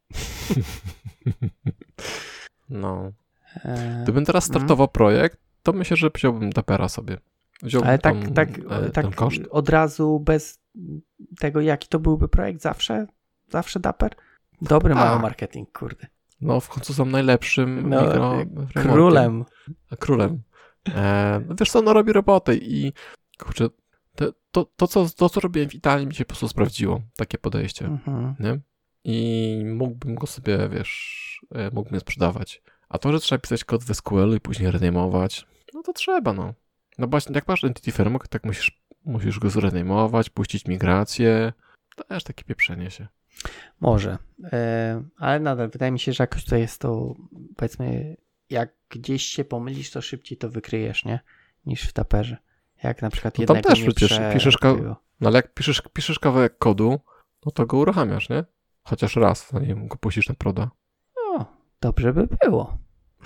No. E, Gdybym teraz startował projekt, to myślę, że wziąłbym Dapera sobie. Wziąłbym Ale ten koszt. od razu bez tego, jaki to byłby projekt, zawsze Dapper? Dobry Tak. mają marketing, kurde. No, w końcu są najlepszym No, frameworkiem. królem. No wiesz co, no robi robotę i kurczę, to, co robiłem w Italii mi się po prostu sprawdziło, takie podejście, Mhm. nie? I mógłbym go sobie, wiesz, mógłbym je sprzedawać. A to, że trzeba pisać kod w SQL i później rename'ować, no to trzeba, no. No właśnie, jak masz Entity Framework, tak musisz go zrename'ować, puścić migrację, to też takie pieprzenie się. Może, ale nadal wydaje mi się, że jakoś to jest to, powiedzmy, jak gdzieś się pomylisz, to szybciej to wykryjesz, nie? Niż w Dapperze. Jak na przykład No tam jednego też nie przecież piszesz przekryło. No ale jak piszesz kawałek kodu, no to go uruchamiasz, nie? Chociaż raz, zanim go puścisz na proda. O, dobrze by było.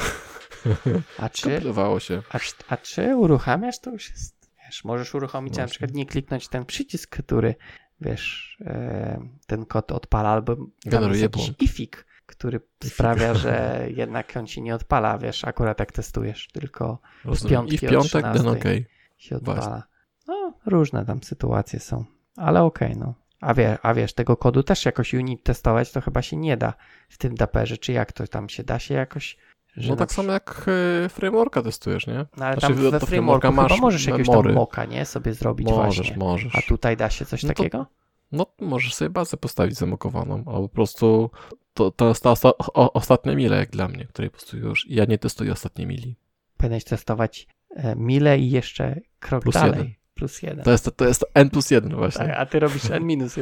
A czy, Komplikowało się. a czy uruchamiasz, to już jest, wiesz, możesz uruchomić, a na Właśnie. przykład nie kliknąć ten przycisk, który, wiesz, ten kod odpala, albo tam Generuje jest jakiś błąd. ifik, który sprawia, że jednak on ci nie odpala, wiesz, akurat jak testujesz, tylko Rozumiem. piątki I w od piątek, 13. then okej. się odpala. No, różne tam sytuacje są, ale okej, no. A wiesz, tego kodu też jakoś unit testować, to chyba się nie da w tym Dapperze, czy jak to tam się da się jakoś, że No na tak samo jak frameworka testujesz, nie? No ale Znaczy, tam do we frameworka frameworku chyba masz możesz jakiegoś tam memory. mocka, nie? Sobie zrobić Możesz, właśnie. możesz. A tutaj da się coś No to- takiego? No możesz sobie bazę postawić zamokowaną, albo po prostu to jest ta ostatnia mila jak dla mnie, której po prostu już ja nie testuję ostatniej mili. Powinieneś testować mile i jeszcze krok Plus dalej. jeden. Plus jeden. To jest N+1 właśnie. Tak, a ty robisz n-1.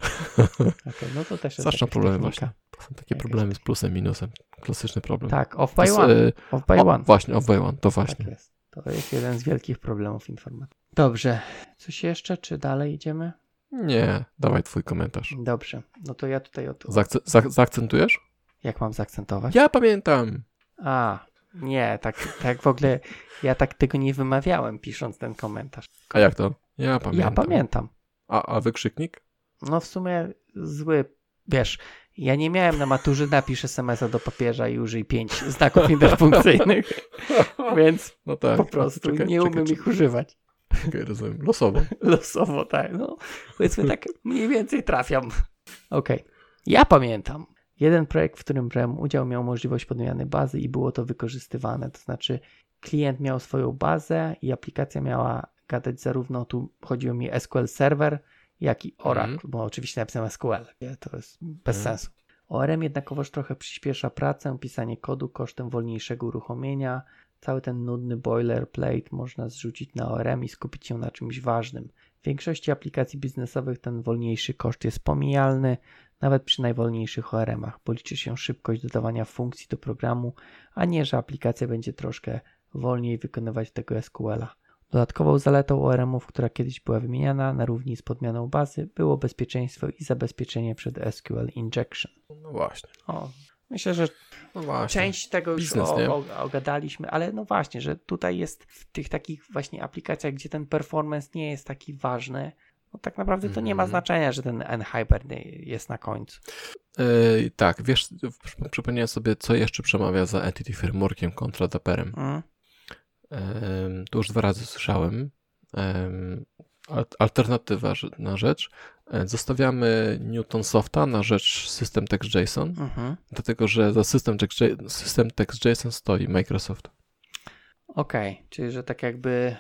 Okay, no to też jest Straszne jakaś problemy technika. właśnie. To są takie problemy z plusem, minusem. Klasyczny problem. Tak, off To by jest, one. Off by one. Właśnie, off by one, to właśnie. Tak jest. To jest jeden z wielkich problemów informatyki. Dobrze. Coś jeszcze, czy dalej idziemy? Nie, dawaj twój komentarz. Dobrze. No to ja tutaj Zaakcentujesz? Jak mam zaakcentować? Ja pamiętam. A, nie, tak w ogóle ja tak tego nie wymawiałem pisząc ten komentarz. A jak to? Ja pamiętam. Ja pamiętam. A wykrzyknik? No w sumie zły, wiesz, ja nie miałem na maturze napisz SMS-a do papieża i użyj 5 znaków interpunkcyjnych, więc No tak. po prostu nie umiem ich używać. Czekaj, rozumiem. Losowo. Losowo, tak, no. Powiedzmy tak, mniej więcej trafiam. Okej. Ja pamiętam. Jeden projekt, w którym brałem udział, miał możliwość podmiany bazy i było to wykorzystywane. To znaczy klient miał swoją bazę i aplikacja miała gadać zarówno, tu chodziło mi SQL Server, jak i Oracle, bo oczywiście napisałem SQL. To jest bez sensu. ORM jednakowoż trochę przyspiesza pracę, pisanie kodu kosztem wolniejszego uruchomienia. Cały ten nudny boilerplate można zrzucić na ORM i skupić się na czymś ważnym. W większości aplikacji biznesowych ten wolniejszy koszt jest pomijalny, nawet przy najwolniejszych ORM-ach, bo liczy się szybkość dodawania funkcji do programu, a nie, że aplikacja będzie troszkę wolniej wykonywać tego SQL-a. Dodatkową zaletą ORM-ów, która kiedyś była wymieniana na równi z podmianą bazy, było bezpieczeństwo i zabezpieczenie przed SQL injection. No właśnie. Myślę, że No właśnie. część tego już Biznes, nie? ogadaliśmy, ale no właśnie, że tutaj jest w tych takich właśnie aplikacjach, gdzie ten performance nie jest taki ważny, no tak naprawdę to nie ma znaczenia, że ten n-hybrid jest na końcu. Tak, wiesz, przypomniałem sobie, co jeszcze przemawia za Entity Frameworkiem kontra Dapperem. To już 2 razy słyszałem. Alternatywa na rzecz. Zostawiamy Newton-Softa na rzecz System Text.json, dlatego że za System Text.json stoi Microsoft. Okej, czyli że tak jakby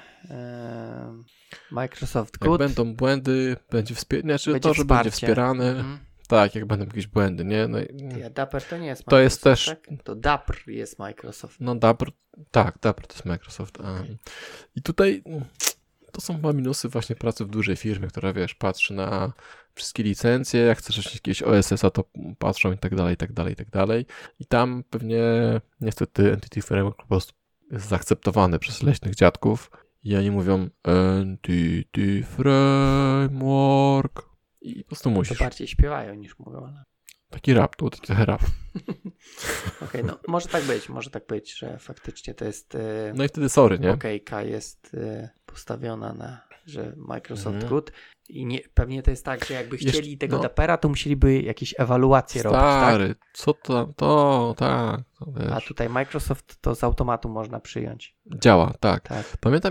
Microsoft Jak Good będą błędy, będzie będzie że będzie wsparcie. wspierany. Mhm. Tak, jak będą jakieś błędy, nie? No, Ty, Dapper to nie jest Microsoft, to jest też... tak? To Dapper jest Microsoft. No Dapper to jest Microsoft. I tutaj to są chyba minusy właśnie pracy w dużej firmie, która, wiesz, patrzy na wszystkie licencje, jak chcesz jakiegoś OSS-a, to patrzą i tak dalej, i tak dalej, i tak dalej. I tam pewnie niestety Entity Framework po prostu jest zaakceptowany przez leśnych dziadków i oni mówią Entity Framework i po prostu To musisz. bardziej śpiewają niż mówią, ale... Taki rap, to trochę rap. Okej, no może tak być, że faktycznie to jest... No i wtedy sorry, nie? okejka jest postawiona na, że Microsoft Mhm. Good i pewnie to jest tak, że jakby Jeszcze- chcieli tego no. Dappera, to musieliby jakieś ewaluacje robić, tak? Stary, co to, tak, to wiesz. A tutaj Microsoft to z automatu można przyjąć. Działa, tak. Tak.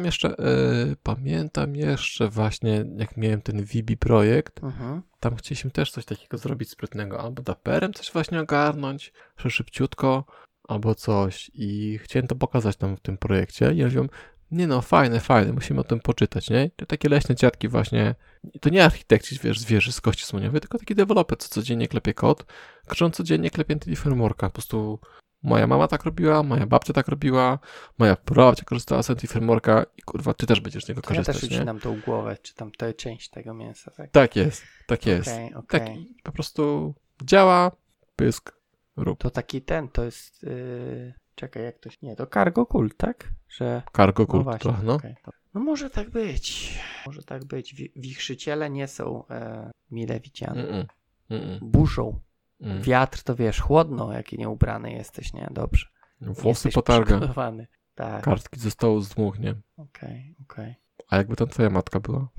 Pamiętam jeszcze właśnie, jak miałem ten VB projekt, Mhm. tam chcieliśmy też coś takiego zrobić sprytnego, albo Dapperem coś właśnie ogarnąć, że szybciutko, albo coś i chciałem to pokazać tam w tym projekcie i ja mówię, nie no, fajne, musimy o tym poczytać, nie? To takie leśne dziadki właśnie, to nie architekci, wiesz, z wieży z kości słoniowej, tylko taki deweloper, co codziennie klepie kod, on codziennie klepie Entity Frameworka, po prostu moja mama tak robiła, moja babcia tak robiła, moja prababcia korzystała z Entity Frameworka i kurwa, ty też będziesz z niego To ja też korzystać, nie? ucinam tą głowę, czy tam tę część tego mięsa, tak? Tak jest, tak jest. Okej. Tak, i po prostu działa, pysk, rób. To taki to jest... czekaj, jak to się... Nie, to Cargo Cult, tak? Że... Cargo No Cult właśnie, trochę, no. okej. No może tak być. Może tak być. Wichrzyciele nie są mile widziane. Mm-mm. Burzą. Mm. Wiatr to wiesz, chłodno, jaki nieubrany jesteś, nie? Dobrze. Włosy Jesteś potarga, przygotowany. Tak. kartki ze stołu zdmuchnie. Okej. A jakby tam twoja matka była?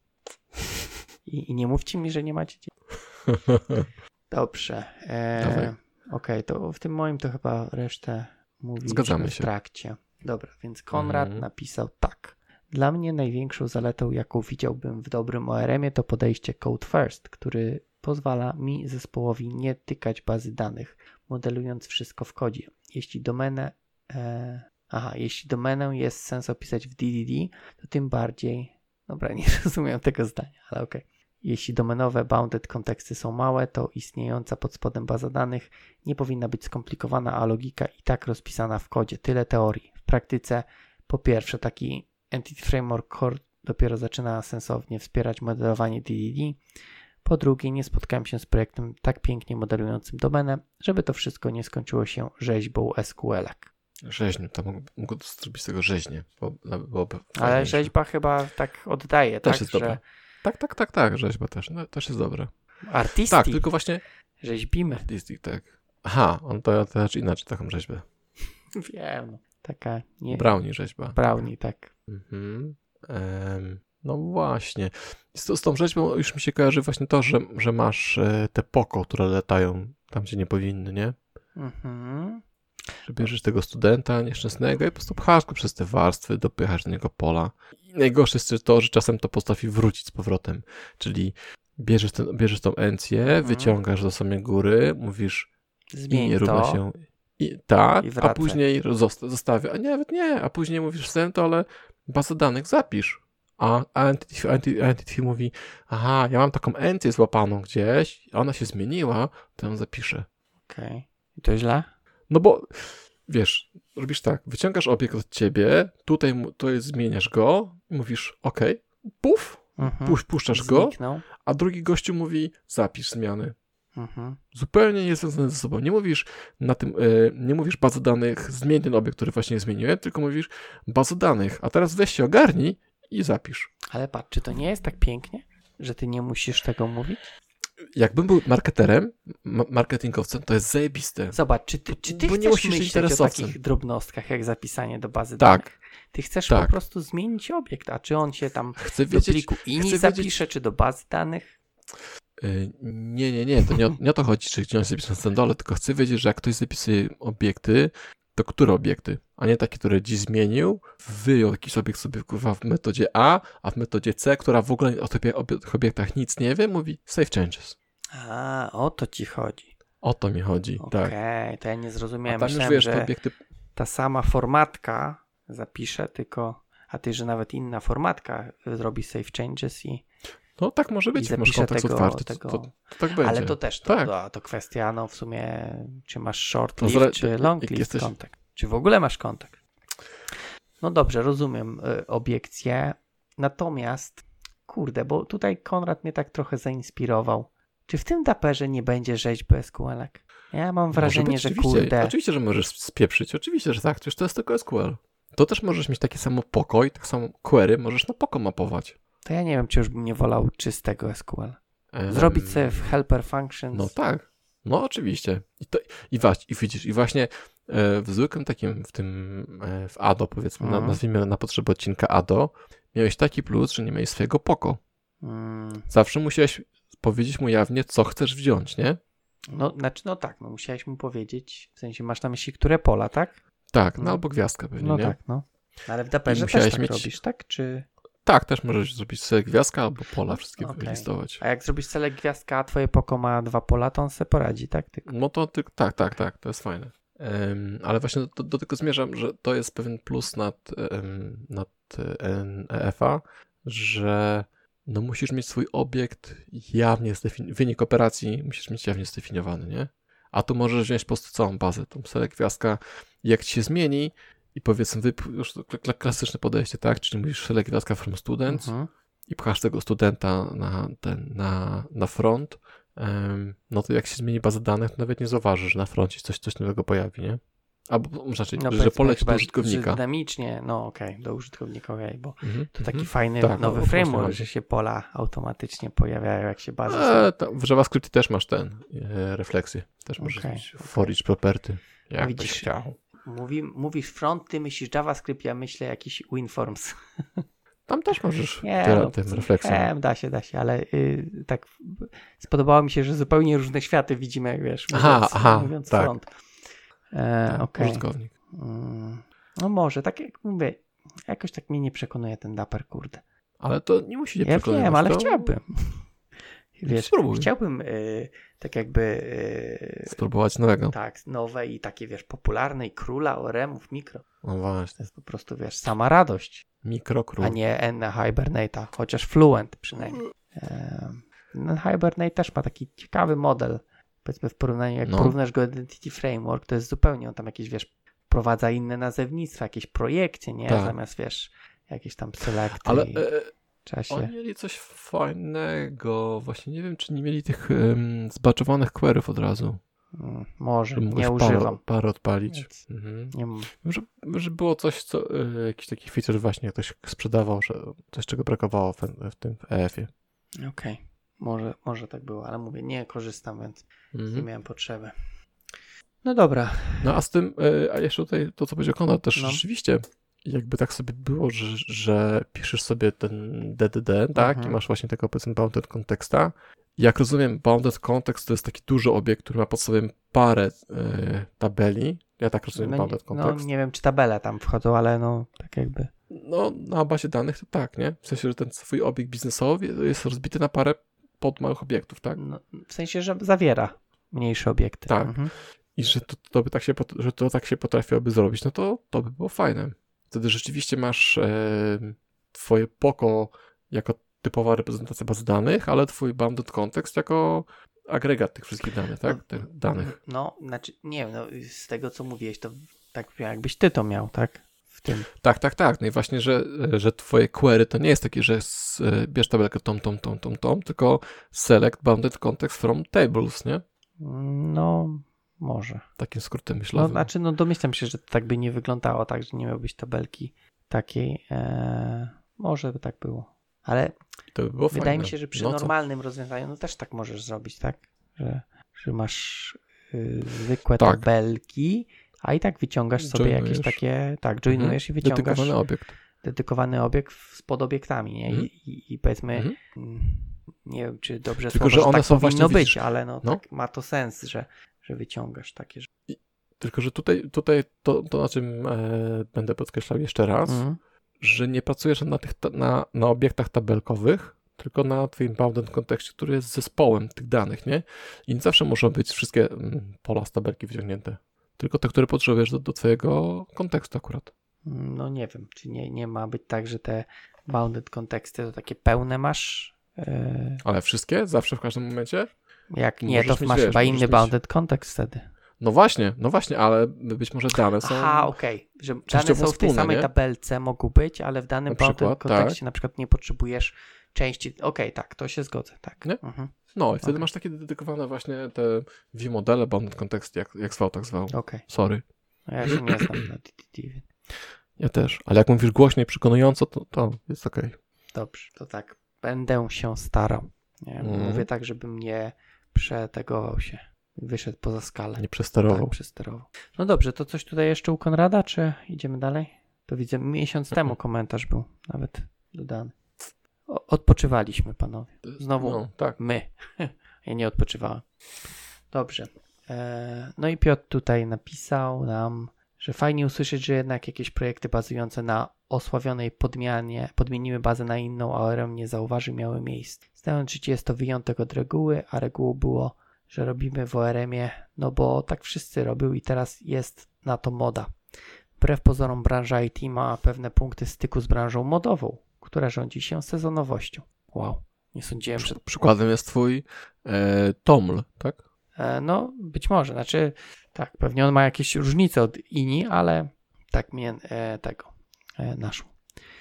I nie mówcie mi, że nie macie dzieci. Dobrze. Dawaj. Okej, to w tym moim to chyba resztę mówiliśmy Zgadzamy w się. trakcie. Dobra, więc Konrad Mhm. napisał tak. Dla mnie największą zaletą, jaką widziałbym w dobrym ORM-ie, to podejście Code First, który pozwala mi zespołowi nie tykać bazy danych, modelując wszystko w kodzie. Jeśli domenę jest sens opisać w DDD, to tym bardziej... Dobra, nie rozumiem tego zdania, ale okej. Jeśli domenowe bounded konteksty są małe, to istniejąca pod spodem baza danych nie powinna być skomplikowana, a logika i tak rozpisana w kodzie. Tyle teorii. W praktyce, po pierwsze, taki Entity Framework Core dopiero zaczyna sensownie wspierać modelowanie DDD. Po drugie, nie spotkałem się z projektem tak pięknie modelującym domenę, żeby to wszystko nie skończyło się rzeźbą SQL-ek. Rzeźniu, to mógł zrobić z tego rzeźnię. Byłoby Ale fajniejsze. rzeźba chyba tak oddaje, Też tak? jest dobra. Tak, rzeźba też, no, też jest dobre. Artistic. Tak, tylko właśnie... Rzeźbimy. Artistic, tak. Aha, on to znaczy inaczej taką rzeźbę. Wiem, no. Taka nie... Brownie rzeźba. Brownie, tak. Mhm. No właśnie. Z tą rzeźbą już mi się kojarzy właśnie to, że masz te poko, które latają tam, gdzie nie powinny, nie? Mhm. Że bierzesz tego studenta nieszczęsnego i po prostu pchasz go przez te warstwy, dopychasz do niego pola. I najgorsze jest to, że czasem to potrafi wrócić z powrotem. Czyli bierzesz tą encję, wyciągasz do samej góry, mówisz Zmień i równa to. się tak, i a wracaj. później zostawię, a nawet nie, a później mówisz chcę to, ale bazę danych zapisz. A Entity mówi, aha, ja mam taką encję złapaną gdzieś, ona się zmieniła, to ją zapiszę. Okej. I to źle? No bo, wiesz, robisz tak, wyciągasz obiekt od ciebie, tutaj zmieniasz go, mówisz, okej, puf, puszczasz go, Zniknął. a drugi gościu mówi, zapisz zmiany. Mhm. Zupełnie nie związane ze sobą. Nie mówisz nie mówisz baza danych, zmień ten obiekt, który właśnie zmieniłem, tylko mówisz baza danych, a teraz weź się ogarnij i zapisz. Ale patrz, czy to nie jest tak pięknie, że ty nie musisz tego mówić? Jakbym był marketerem, marketingowcem, to jest zajebiste. Zobacz, czy ty Bo nie chcesz musisz być myśleć o interesowcem. takich drobnostkach, jak zapisanie do bazy Tak. danych? Ty chcesz Tak. po prostu zmienić obiekt, a czy on się tam Chcę do wiedzieć, pliku INI chcę zapisze, wiedzieć- czy do bazy danych? Nie, to nie o to chodzi, czy gdzie on sobie na dole, tylko chcę wiedzieć, że jak ktoś zapisuje obiekty, to które obiekty, a nie takie, które dziś zmienił, wyjął jakiś obiekt sobie kurwa w metodzie A w metodzie C, która w ogóle o tych obiektach nic nie wie, mówi save changes. A, o to ci chodzi. O to mi chodzi, tak. Okej, to ja nie A zrozumiałem. tam już Myślałem, wiesz, te że obiekty... ta sama formatka zapiszę, tylko, a ty, że nawet inna formatka zrobi save changes i No tak może być, jak masz zapiszę kontekst otwarty, to tak będzie. Ale to też to kwestia, no w sumie, czy masz short list, czy long list kontekst. Czy w ogóle masz kontekst. No dobrze, rozumiem obiekcję. Natomiast, kurde, bo tutaj Konrad mnie tak trochę zainspirował. Czy w tym Dapperze nie będzie rzeźby SQL-ek? Ja mam wrażenie, być, że kurde... Oczywiście, że możesz spieprzyć. Oczywiście, że tak. Przecież to jest tylko SQL. To też możesz mieć takie samo pokoj, tak samo query możesz na poko mapować. To ja nie wiem, czy już bym nie wolał czystego SQL. Zrobić sobie w helper functions. No tak. No oczywiście. I widzisz, i właśnie w zwykłym takim, w ADO powiedzmy, nazwijmy na potrzeby odcinka ADO, miałeś taki plus, że nie miałeś swojego poko. Zawsze musiałeś powiedzieć mu jawnie, co chcesz wziąć, nie? No, znaczy, no tak, no musiałeś mu powiedzieć, w sensie masz na myśli, które pola, tak? Tak, no albo gwiazdkę pewnie, no nie? Tak, no. Ale w Dapperze też tak robisz, tak? Czy... Tak, też możesz zrobić select gwiazdka albo pola, wszystkie wylistować. A jak zrobisz select gwiazdka, a twoje poko ma 2 pola, to on se poradzi, tak? No to tak, to jest fajne. Ale właśnie do tego zmierzam, że to jest pewien plus nad EFA, że no musisz mieć swój obiekt jawnie wynik operacji musisz mieć jawnie zdefiniowany, nie? A tu możesz wziąć po prostu całą bazę, tą select gwiazdka, jak ci się zmieni i powiedzmy, już klasyczne podejście, tak? Czyli mówisz select gwiazdka from students i pchasz tego studenta na front, no to jak się zmieni baza danych, to nawet nie zauważysz, że na froncie coś nowego pojawi, nie? Albo znaczy, że poleci do użytkownika. Dynamicznie, do użytkownika, bo to taki fajny nowy framework, że się pola automatycznie pojawiają, jak się baza... W JavaScriptie też masz refleksję. Też możesz mieć for each property, jak byś chciał. Mówisz front, ty myślisz JavaScript, ja myślę jakiś WinForms. Tam też możesz tym refleksją. Da się, ale tak spodobało mi się, że zupełnie różne światy widzimy, jak wiesz, mówiąc tak. front. Użytkownik. No może, tak jak mówię, jakoś tak mnie nie przekonuje ten Dapper, kurde. Ale to nie musi cię przekonywać. Ja wiem, ale chciałbym. Wiesz, spróbuj. Chciałbym tak jakby... spróbować nowego. Tak, nowe i takie, wiesz, popularne i króla ORM-ów, mikro. No właśnie. To jest po prostu, wiesz, sama radość. Mikrokról. A nie Hibernate'a, chociaż Fluent przynajmniej. Hibernate też ma taki ciekawy model. Powiedzmy w porównaniu, jak porównasz go do Entity Framework, to jest zupełnie, on tam jakieś, wiesz, wprowadza inne nazewnictwa, jakieś projekcie, nie? Tak. Zamiast, wiesz, jakieś tam selecty. Ale Oni mieli coś fajnego. Właśnie nie wiem, czy nie mieli tych zbaczowanych queryów od razu. Może, nie używam. Parę odpalić. Nie mam. Że było coś, jakiś taki feature właśnie ktoś sprzedawał, że coś, czego brakowało w tym EF-ie. Okej. Może tak było, ale mówię, nie korzystam, więc nie miałem potrzeby. No dobra. No a z tym, a jeszcze tutaj to, co powiedział Konrad, też rzeczywiście jakby tak sobie było, że piszesz sobie ten DDD, tak, i masz właśnie tego, powiedzmy, bounded contexta. Jak rozumiem, bounded context to jest taki duży obiekt, który ma pod sobą parę tabeli. Ja tak rozumiem bounded context. No nie wiem, czy tabele tam wchodzą, ale no tak jakby. No na bazie danych to tak, nie? W sensie, że ten swój obiekt biznesowy jest rozbity na parę podmałych obiektów, tak? No, w sensie, że zawiera mniejsze obiekty. Tak. I że to tak się potrafiłoby zrobić, no to by było fajne. Wtedy rzeczywiście masz twoje POCO jako typowa reprezentacja bazy danych, ale twój bounded context jako agregat tych wszystkich danych, tak? Tych danych. No, znaczy, nie wiem, z tego co mówiłeś, to tak jakbyś ty to miał, tak? W tym. Tak. No i właśnie, że twoje query to nie jest takie, że bierz tabelkę tom, tylko select bounded context from tables, nie? No, może. Takim skrótem myślowym. No, znaczy, domyślam się, że to tak by nie wyglądało, tak, że nie miałbyś tabelki takiej. Może by tak było. Ale to by było wydaje fajne. mi się, że przy normalnym rozwiązaniu no też tak możesz zrobić, tak? Że masz zwykłe tabelki, a i tak wyciągasz sobie jakieś takie, joinujesz i wyciągasz dedykowany obiekt z podobiektami, nie? I powiedzmy, nie wiem, czy dobrze tylko, słowo, że one tak są powinno właśnie, być, ale tak ma to sens, że wyciągasz takie. Tylko, że tutaj to na czym będę podkreślał jeszcze raz, że nie pracujesz na obiektach tabelkowych, tylko na twoim bounded kontekście, który jest zespołem tych danych, nie? I nie zawsze muszą być wszystkie pola z tabelki wyciągnięte, tylko te, które potrzebujesz do twojego kontekstu akurat. No nie wiem, czy nie ma być tak, że te bounded konteksty to takie pełne masz? Ale wszystkie? Zawsze w każdym momencie? Jak nie, to Możesz mieć, masz wiesz, chyba możesz inny mieć- bounded kontekst wtedy. No właśnie, ale być może dane są... Aha, okej. Że dane częściowo są w tej wspólne, samej nie? tabelce, mogą być, ale w danym Na przykład, bounded kontekście na przykład nie potrzebujesz części. Okej, tak, to się zgodzę, tak. Nie? Mhm. No i wtedy Okej. masz takie dedykowane właśnie te view modele, bounded context, jak zwał, tak zwał. Okej. Sorry. No ja się nie znam na DDD. Ja też. Ale jak mówisz głośno i przekonująco, to jest okej. Dobrze, to tak. Będę się starał. Nie? Mówię tak, żebym nie przetegował się. Wyszedł poza skalę. Nie przesterował. Tak, przesterował. No dobrze, to coś tutaj jeszcze u Konrada, czy idziemy dalej? To widzę, miesiąc temu komentarz był nawet dodany. Odpoczywaliśmy, panowie. Znowu No, tak. my. Ja nie odpoczywałem. Dobrze. No i Piotr tutaj napisał nam, że fajnie usłyszeć, że jednak jakieś projekty bazujące na osławionej podmianie podmieniły bazę na inną, a ORM nie zauważy, miały miejsce. Zdając życie jest to wyjątek od reguły, a regułą było, że robimy w ORM-ie, no bo tak wszyscy robią i teraz jest na to moda. Wbrew pozorom branża IT ma pewne punkty styku z branżą modową, która rządzi się sezonowością. Wow, nie sądziłem, że... Przykładem jest twój Toml, tak? No, być może. Znaczy, tak, pewnie on ma jakieś różnice od inni, ale tak mnie naszło.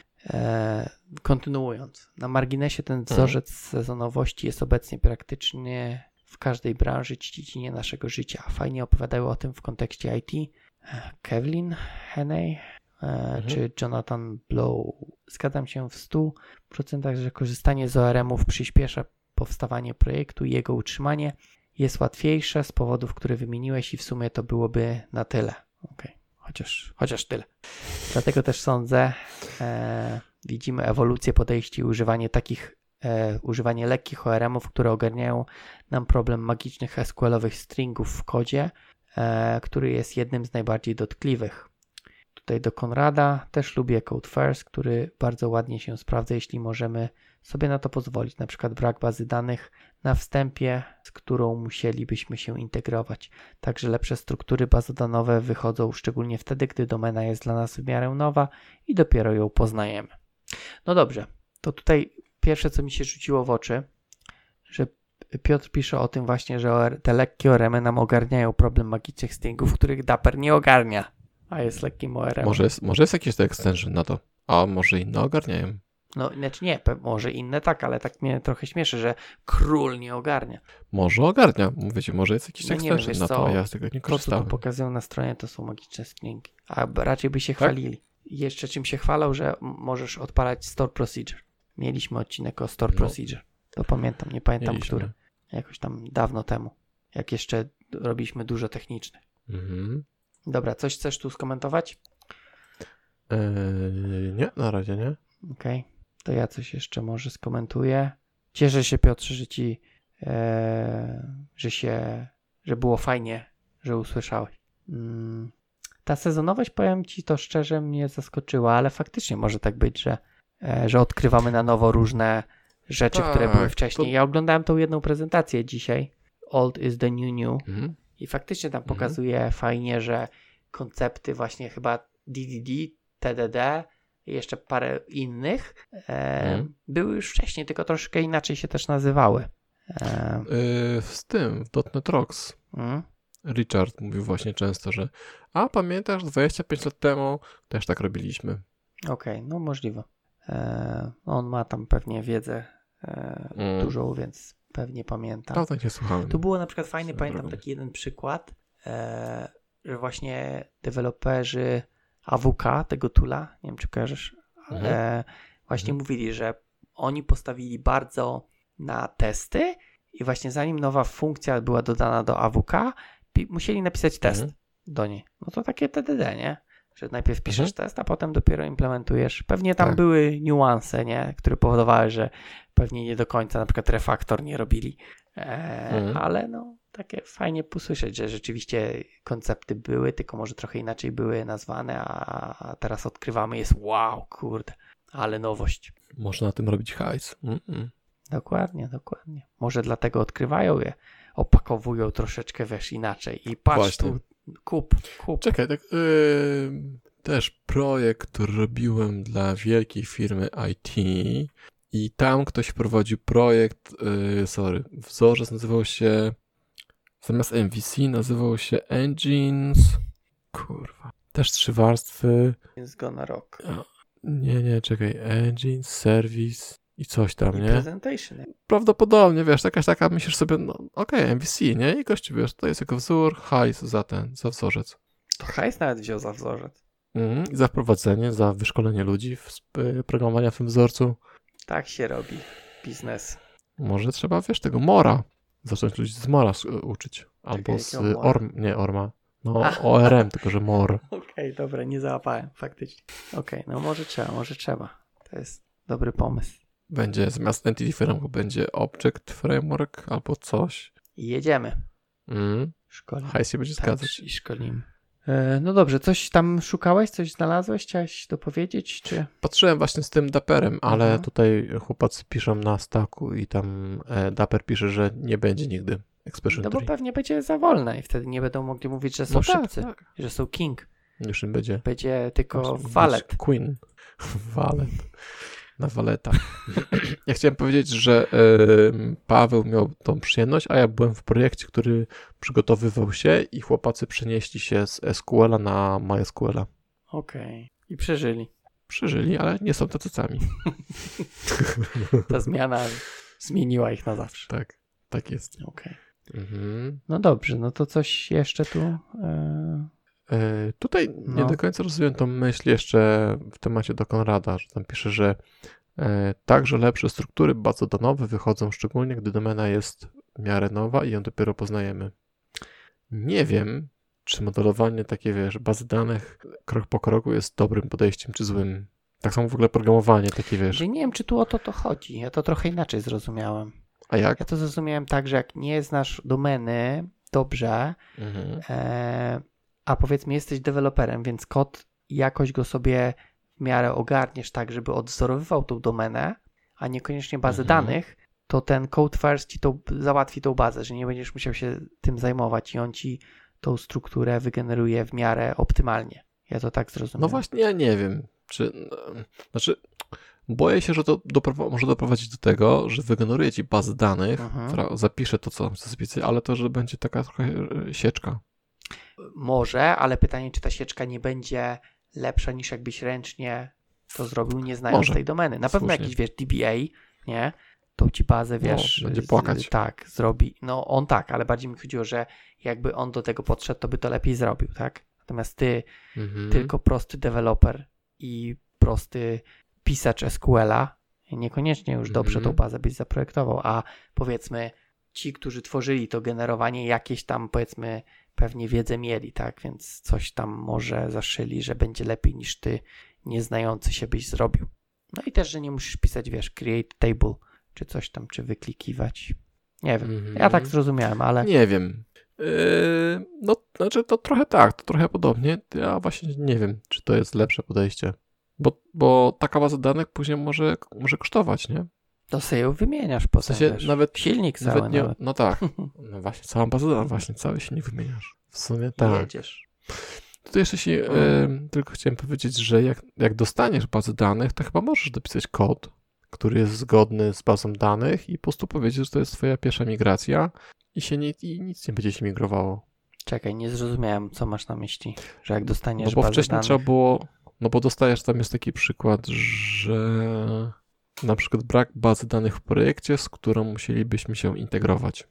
Kontynuując. Na marginesie ten wzorzec sezonowości jest obecnie praktycznie w każdej branży czy dziedzinie naszego życia. Fajnie opowiadały o tym w kontekście IT Kevlin Henney czy Jonathan Blow. Zgadzam się w 100%, że korzystanie z ORM-ów przyspiesza powstawanie projektu i jego utrzymanie. Jest łatwiejsze z powodów, które wymieniłeś i w sumie to byłoby na tyle. Okej, chociaż tyle. Dlatego też sądzę, widzimy ewolucję podejścia i używanie lekkich ORM-ów, które ogarniają nam problem magicznych SQL-owych stringów w kodzie, który jest jednym z najbardziej dotkliwych. Tutaj do Konrada też lubię Code First, który bardzo ładnie się sprawdza, jeśli możemy sobie na to pozwolić. Na przykład brak bazy danych na wstępie, z którą musielibyśmy się integrować. Także lepsze struktury bazodanowe wychodzą szczególnie wtedy, gdy domena jest dla nas w miarę nowa i dopiero ją poznajemy. No dobrze, to tutaj pierwsze, co mi się rzuciło w oczy, że Piotr pisze o tym właśnie, że te lekkie ORM-y nam ogarniają problem magicznych stringów, których Dapper nie ogarnia, a jest lekkim ORM. Może jest jakiś extension na to, a może inne ogarniają. No, znaczy nie, może inne tak, ale tak mnie trochę śmieszy, że król nie ogarnia. Może ogarnia, mówię ci, może jest jakiś No nie wiem, extension wiesz na co, to, a ja z tego nie To, co tu korzystałem. pokazują na stronie, to są magiczne stringi. A raczej by się chwalili. Jeszcze czym się chwalą, że możesz odpalać store procedure. Mieliśmy odcinek o store procedure. To pamiętam, nie pamiętam Mieliśmy. który. Jakoś tam dawno temu. Jak jeszcze robiliśmy dużo technicznych. Dobra, coś chcesz tu skomentować? Nie, na razie nie. Okej. To ja coś jeszcze może skomentuję. Cieszę się, Piotrze, że ci że było fajnie, że usłyszałeś. Ta sezonowość, powiem ci to szczerze, mnie zaskoczyła, ale faktycznie może tak być, że odkrywamy na nowo różne rzeczy, które były wcześniej. Ja oglądałem tą jedną prezentację dzisiaj, Old is the New, i faktycznie tam pokazuje fajnie, że koncepty właśnie chyba DDD, TDD i jeszcze parę innych były już wcześniej, tylko troszkę inaczej się też nazywały. W .NET Rocks Richard mówił właśnie często, że pamiętasz 25 lat temu też tak robiliśmy. Okej, no możliwe. On ma tam pewnie wiedzę dużą, więc pewnie pamięta. Dawno nie słuchałem. Tu było na przykład fajny, pamiętam taki jeden przykład, że właśnie deweloperzy AWK, tego toola, nie wiem czy kojarzysz, właśnie mówili, że oni postawili bardzo na testy i właśnie zanim nowa funkcja była dodana do AWK, musieli napisać test do niej. No to takie TDD, nie? Że najpierw piszesz test, a potem dopiero implementujesz. Pewnie tam były niuanse, nie? Które powodowały, że pewnie nie do końca na przykład refaktor nie robili. Ale no takie fajnie posłyszeć, że rzeczywiście koncepty były, tylko może trochę inaczej były nazwane, a teraz odkrywamy, jest wow, kurde, ale nowość. Można na tym robić hajs. Dokładnie. Może dlatego odkrywają je, opakowują troszeczkę, wiesz, inaczej i patrz właśnie. tu, kup. Czekaj, tak też projekt, który robiłem dla wielkiej firmy IT i tam ktoś prowadził projekt, wzorzec nazywał się, zamiast MVC nazywał się Engines, kurwa, też 3 warstwy. Jest go na rok. Nie, czekaj, Engines, Service i coś tam, I nie? presentation. Prawdopodobnie, wiesz, jakaś taka, myślisz sobie, no okej, MVC, nie? I gościu, wiesz, to jest jako wzór, hajs za wzorzec. To hajs nawet wziął za wzorzec. I za wprowadzenie, za wyszkolenie ludzi z programowania w tym wzorcu. Tak się robi biznes. Może trzeba, wiesz, tego Mora. Zacząć ludzi z Mora uczyć. Albo z Orma. No, ORM, tylko że More. Okej, dobra, nie załapałem, faktycznie. Okej, no może trzeba. To jest dobry pomysł. Będzie zamiast Entity Framework będzie Object Framework albo coś. I jedziemy. Szkolimy. Hajs się będzie zgadzać. I szkolimy. No dobrze, coś tam szukałeś? Coś znalazłeś? Chciałeś dopowiedzieć? Czy... Patrzyłem właśnie z tym Dapperem, ale tutaj chłopacy piszą na Stacku i tam Dapper pisze, że nie będzie nigdy Expression No Tree. bo pewnie będzie za wolne i wtedy nie będą mogli mówić, że są szybcy, tak. że są king. Już im będzie. Będzie tylko walet. Queen. Walet. Na waleta. Ja chciałem powiedzieć, że Paweł miał tą przyjemność, a ja byłem w projekcie, który przygotowywał się i chłopacy przenieśli się z SQL-a na MySQL-a. Okej. I przeżyli. Przeżyli, ale nie są tacy sami. Ta zmiana zmieniła ich na zawsze. Tak jest. Okej. Mhm. No dobrze, no to coś jeszcze tu... Tutaj nie do końca rozumiem tą myśl jeszcze w temacie do Konrada, że tam pisze, że także lepsze struktury bazodanowe wychodzą szczególnie, gdy domena jest w miarę nowa i ją dopiero poznajemy. Nie wiem, czy modelowanie takie, wiesz, bazy danych krok po kroku jest dobrym podejściem, czy złym. Tak samo w ogóle programowanie takie, wiesz. Nie wiem, czy tu o to chodzi. Ja to trochę inaczej zrozumiałem. A jak? Ja to zrozumiałem tak, że jak nie znasz domeny dobrze, a powiedzmy jesteś deweloperem, więc kod jakoś go sobie w miarę ogarniesz tak, żeby odwzorowywał tą domenę, a niekoniecznie bazę danych, to ten code first ci załatwi tą bazę, że nie będziesz musiał się tym zajmować i on ci tą strukturę wygeneruje w miarę optymalnie. Ja to tak zrozumiałem. No właśnie, ja nie wiem. Boję się, że to może doprowadzić do tego, że wygeneruje ci bazę danych, która zapisze to, co chce zapisać, ale to, że będzie taka trochę sieczka. Może, ale pytanie, czy ta sieczka nie będzie lepsza niż jakbyś ręcznie to zrobił, nie znając tej domeny. Na pewno jakiś, wiesz, DBA, nie? Tą ci bazę, wiesz... będzie płakać. Tak, zrobi. No on tak, ale bardziej mi chodziło, że jakby on do tego podszedł, to by to lepiej zrobił, tak? Natomiast ty, tylko prosty deweloper i prosty pisacz SQL-a, niekoniecznie już dobrze tą bazę byś zaprojektował, a powiedzmy ci, którzy tworzyli to generowanie, jakieś tam powiedzmy pewnie wiedzę mieli, tak? Więc coś tam może zaszyli, że będzie lepiej niż ty, nieznający się, byś zrobił. No i też, że nie musisz pisać, wiesz, create table, czy coś tam, czy wyklikiwać. Nie wiem. Ja tak zrozumiałem, ale... Nie wiem. No, znaczy to trochę tak, to trochę podobnie. Ja właśnie nie wiem, czy to jest lepsze podejście. Bo taka baza danych później może kosztować, nie? To sobie ją wymieniasz potem, w sensie, wiesz, nawet silnik cały. nawet nie, no tak, no właśnie, całą bazę danych, właśnie, cały silnik wymieniasz. W sumie tak. Jedziesz. Tutaj jeszcze tylko chciałem powiedzieć, że jak dostaniesz bazę danych, to chyba możesz dopisać kod, który jest zgodny z bazą danych i po prostu powiedzieć, że to jest twoja pierwsza migracja i nic nie będzie się migrowało. Czekaj, nie zrozumiałem, co masz na myśli, że jak dostaniesz bo bazę wcześniej danych... trzeba było, no bo dostajesz, tam jest taki przykład, że na przykład brak bazy danych w projekcie, z którą musielibyśmy się integrować.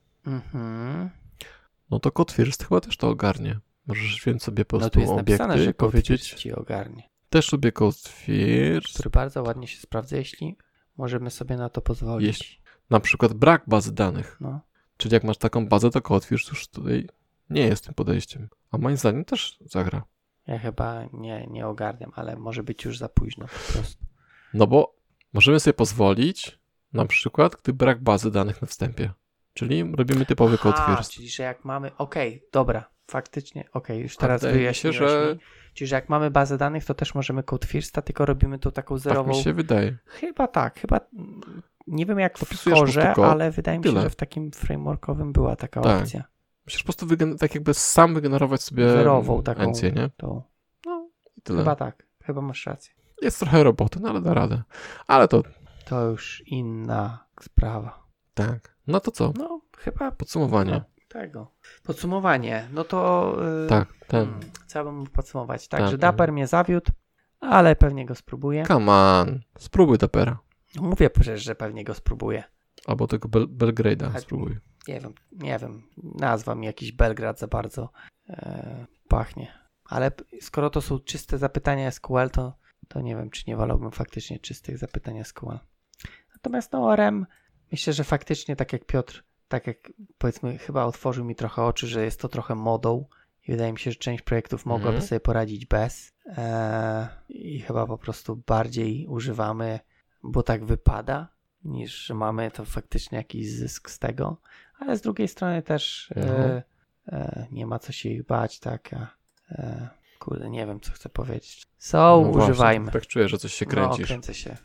No to CodeFirst chyba też to ogarnie. Możesz więc sobie po prostu jest obiekty napisane, że powiedzieć. ci ogarnie. Też lubię CodeFirst. Który bardzo ładnie się sprawdza, jeśli możemy sobie na to pozwolić. Na przykład brak bazy danych. No. Czyli jak masz taką bazę, to CodeFirst już tutaj nie jest tym podejściem. A moim zdaniem też zagra. Ja chyba nie ogarniam, ale może być już za późno po prostu. No bo możemy sobie pozwolić, na przykład, gdy brak bazy danych na wstępie. Czyli robimy typowy CodeFirst. Czyli, że jak mamy... Dobra, faktycznie, już teraz wyjaśniłeś mi. Czyli, że jak mamy bazę danych, to też możemy CodeFirsta, tylko robimy tą taką zerową... Tak mi się wydaje. Chyba nie wiem jak w Corze, ale wydaje mi się, że w takim frameworkowym była taka opcja. Musisz po prostu tak jakby sam wygenerować sobie zerową taką encję, nie? No i tyle. Chyba tak. Chyba masz rację. Jest trochę roboty, no ale da radę. Ale to... To już inna sprawa. Tak. No to co? No, chyba... Podsumowanie. No, tego. Podsumowanie. No to... Tak, co bym mógł podsumować? Tak, Tak, że Dapper mnie zawiódł, ale pewnie go spróbuję. Come on. Spróbuj Dappera. Mówię przecież, że pewnie go spróbuję. Albo tego Belgrade'a spróbuj. Nie wiem. Nazwa mi jakiś Belgrad za bardzo pachnie. Ale skoro to są czyste zapytania SQL, to nie wiem, czy nie wolałbym faktycznie czystych zapytań SQL. Natomiast no ORM, myślę, że faktycznie tak jak Piotr, tak jak powiedzmy chyba otworzył mi trochę oczy, że jest to trochę modą i wydaje mi się, że część projektów mogłaby sobie poradzić bez i chyba po prostu bardziej używamy, bo tak wypada, niż że mamy to faktycznie jakiś zysk z tego, ale z drugiej strony też nie ma co się ich bać, tak, kurde, nie wiem co chcę powiedzieć. Używajmy. Właśnie, tak czuję, że coś się kręcisz. No, kręcę się.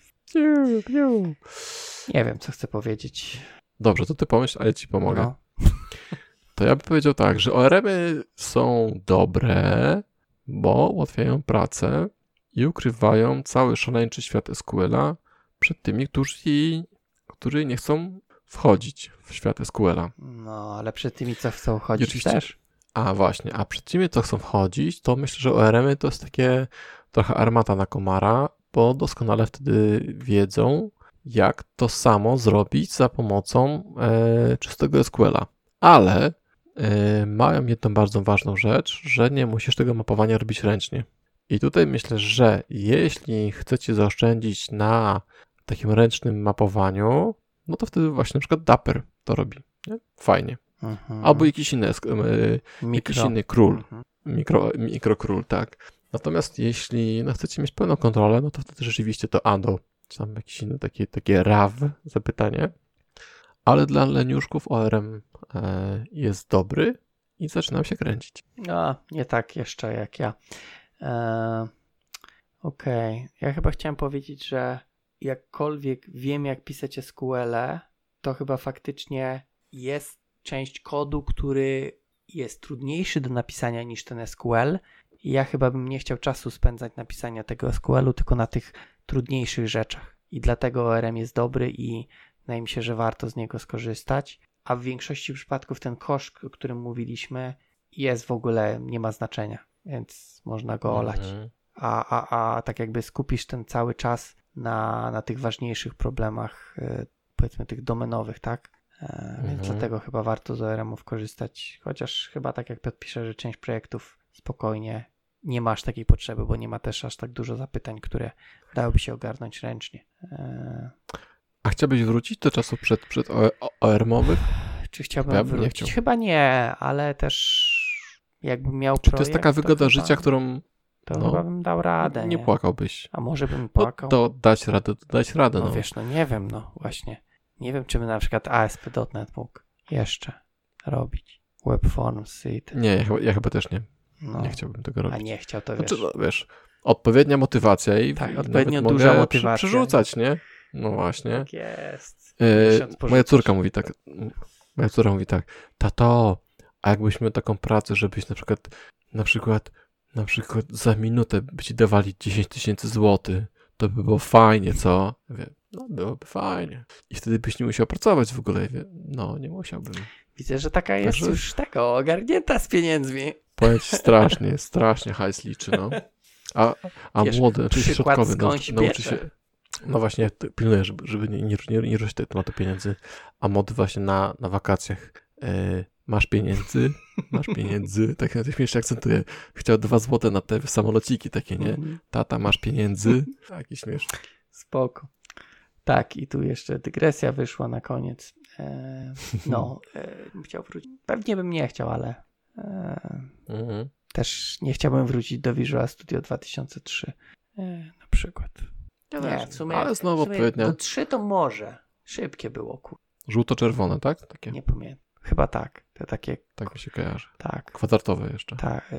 Nie wiem, co chcę powiedzieć. Dobrze, to ty pomyśl, a ja ci pomogę. No. To ja bym powiedział tak, że ORM-y są dobre, bo ułatwiają pracę i ukrywają cały szaleńczy świat SQL-a przed tymi, którzy nie chcą wchodzić w świat SQL-a. No, ale przed tymi, co chcą chodzić oczywiście, też. A przed tymi, co chcą wchodzić, to myślę, że ORM-y to jest takie trochę armata na komara, bo doskonale wtedy wiedzą, jak to samo zrobić za pomocą czystego SQL-a. Ale mają jedną bardzo ważną rzecz, że nie musisz tego mapowania robić ręcznie. I tutaj myślę, że jeśli chcecie zaoszczędzić na takim ręcznym mapowaniu, no to wtedy właśnie na przykład Dapper to robi. Nie? Fajnie. Albo jakiś inny król. Mikrokról, tak. Natomiast jeśli chcecie mieć pełną kontrolę, no to wtedy rzeczywiście to ADO, czy tam jakieś inne takie RAW zapytanie. Ale dla leniuszków ORM jest dobry i zaczynam się kręcić. No, nie tak jeszcze jak ja. Okej. Ja chyba chciałem powiedzieć, że jakkolwiek wiem, jak pisać SQL-e, to chyba faktycznie jest część kodu, który jest trudniejszy do napisania niż ten SQL. I ja chyba bym nie chciał czasu spędzać na pisaniu tego SQL-u, tylko na tych trudniejszych rzeczach. I dlatego ORM jest dobry i wydaje mi się, że warto z niego skorzystać. A w większości przypadków ten koszt, o którym mówiliśmy, jest w ogóle, nie ma znaczenia, więc można go olać. A tak jakby skupisz ten cały czas na tych ważniejszych problemach, powiedzmy tych domenowych, tak? Więc dlatego chyba warto z ORM-ów korzystać, chociaż chyba tak jak Piotr pisze, że część projektów spokojnie nie masz takiej potrzeby, bo nie ma też aż tak dużo zapytań, które dałoby się ogarnąć ręcznie. A chciałbyś wrócić do czasów przed ORM-owych? Czy chciałbym wrócić? Nie chyba nie, ale też jakbym miał projekt... Czy to jest taka wygoda życia, którą... To chyba bym dał radę. Nie płakałbyś. A może bym płakał? To dać radę. No wiesz, nie wiem, właśnie. Nie wiem, czy bym na przykład ASP.NET mógł jeszcze robić. Webforms i... Nie, ja chyba też nie. Nie chciałbym tego robić. A nie chciał, to wiesz. Wiesz, odpowiednia motywacja i tak, odpowiednio duża motywacja. Przerzucać, nie? No właśnie. Tak jest. Moja córka mówi tak, tato, a jakbyśmy taką pracę, żebyś na przykład za minutę by ci dawali 10 000 złotych, to by było fajnie, co? Mówię, no byłoby fajnie. I wtedy byś nie musiał pracować w ogóle. No, nie musiałbym. Widzę, że taka jest już ogarnięta z pieniędzmi. Powiem ci strasznie hajs liczy, no. A wiesz, młody, czyli środkowy, nauczy się. No właśnie, pilnuję, żeby nie ruszyć tematu pieniędzy. A młody właśnie na wakacjach masz pieniędzy, tak śmiesznie akcentuję. Chciał 2 złote na te samolociki takie, nie? Tata, masz pieniędzy. Taki śmieszny. Spoko. Tak, i tu jeszcze dygresja wyszła na koniec. Chciał wrócić. Pewnie bym nie chciał, ale też nie chciałbym wrócić do Visual Studio 2003 na przykład. Nie, w sumie, ale znowu odpowiednio. Do 3 to może. Szybkie było, Żółto-czerwone, tak? Takie. Nie pamiętam. Chyba tak. Te takie... Tak mi się kojarzy. Tak. Kwadratowe jeszcze. Tak,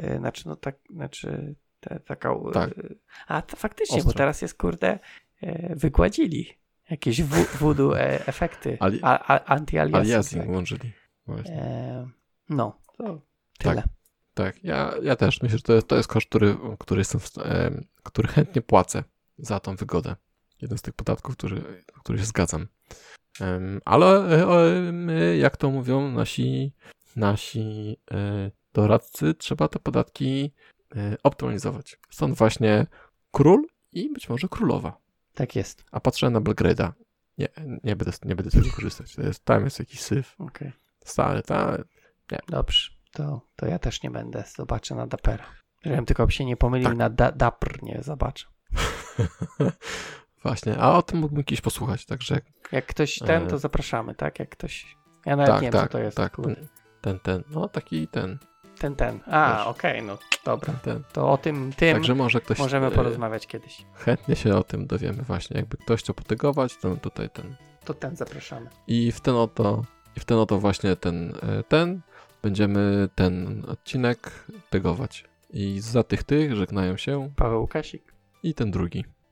taka... A to faktycznie, ostro. Bo teraz jest, wygładzili jakieś voodoo efekty. Anti-aliasing. Aliasing włączyli. To tyle. Tak. Tak, ja też myślę, że to jest koszt, który chętnie płacę za tą wygodę. Jeden z tych podatków, który się zgadzam. Ale jak to mówią nasi doradcy, trzeba te podatki optymalizować. Stąd właśnie król i być może królowa. Tak jest. A patrzę na Belgrade'a. Nie będę z tego korzystać. Tam jest jakiś syf. Okay. Stary. Nie. Dobrze. To ja też nie będę. Zobaczę na Dapera. Żebym tylko się nie pomylił, tak. Na Dapr nie zobaczę. Właśnie, a o tym mógłbym kiedyś posłuchać, także... Jak ktoś to zapraszamy, tak? Jak ktoś... Ja nawet nie wiem, co to jest. Tak, no taki ten. Okej, no dobra. Ten. To o tym Także może ktoś, możemy porozmawiać kiedyś. Chętnie się o tym dowiemy właśnie. Jakby ktoś chciał potygować, to tutaj ten. To ten zapraszamy. I w ten oto właśnie ten będziemy ten odcinek tygować. I za tych żegnają się Paweł Łukasik i ten drugi.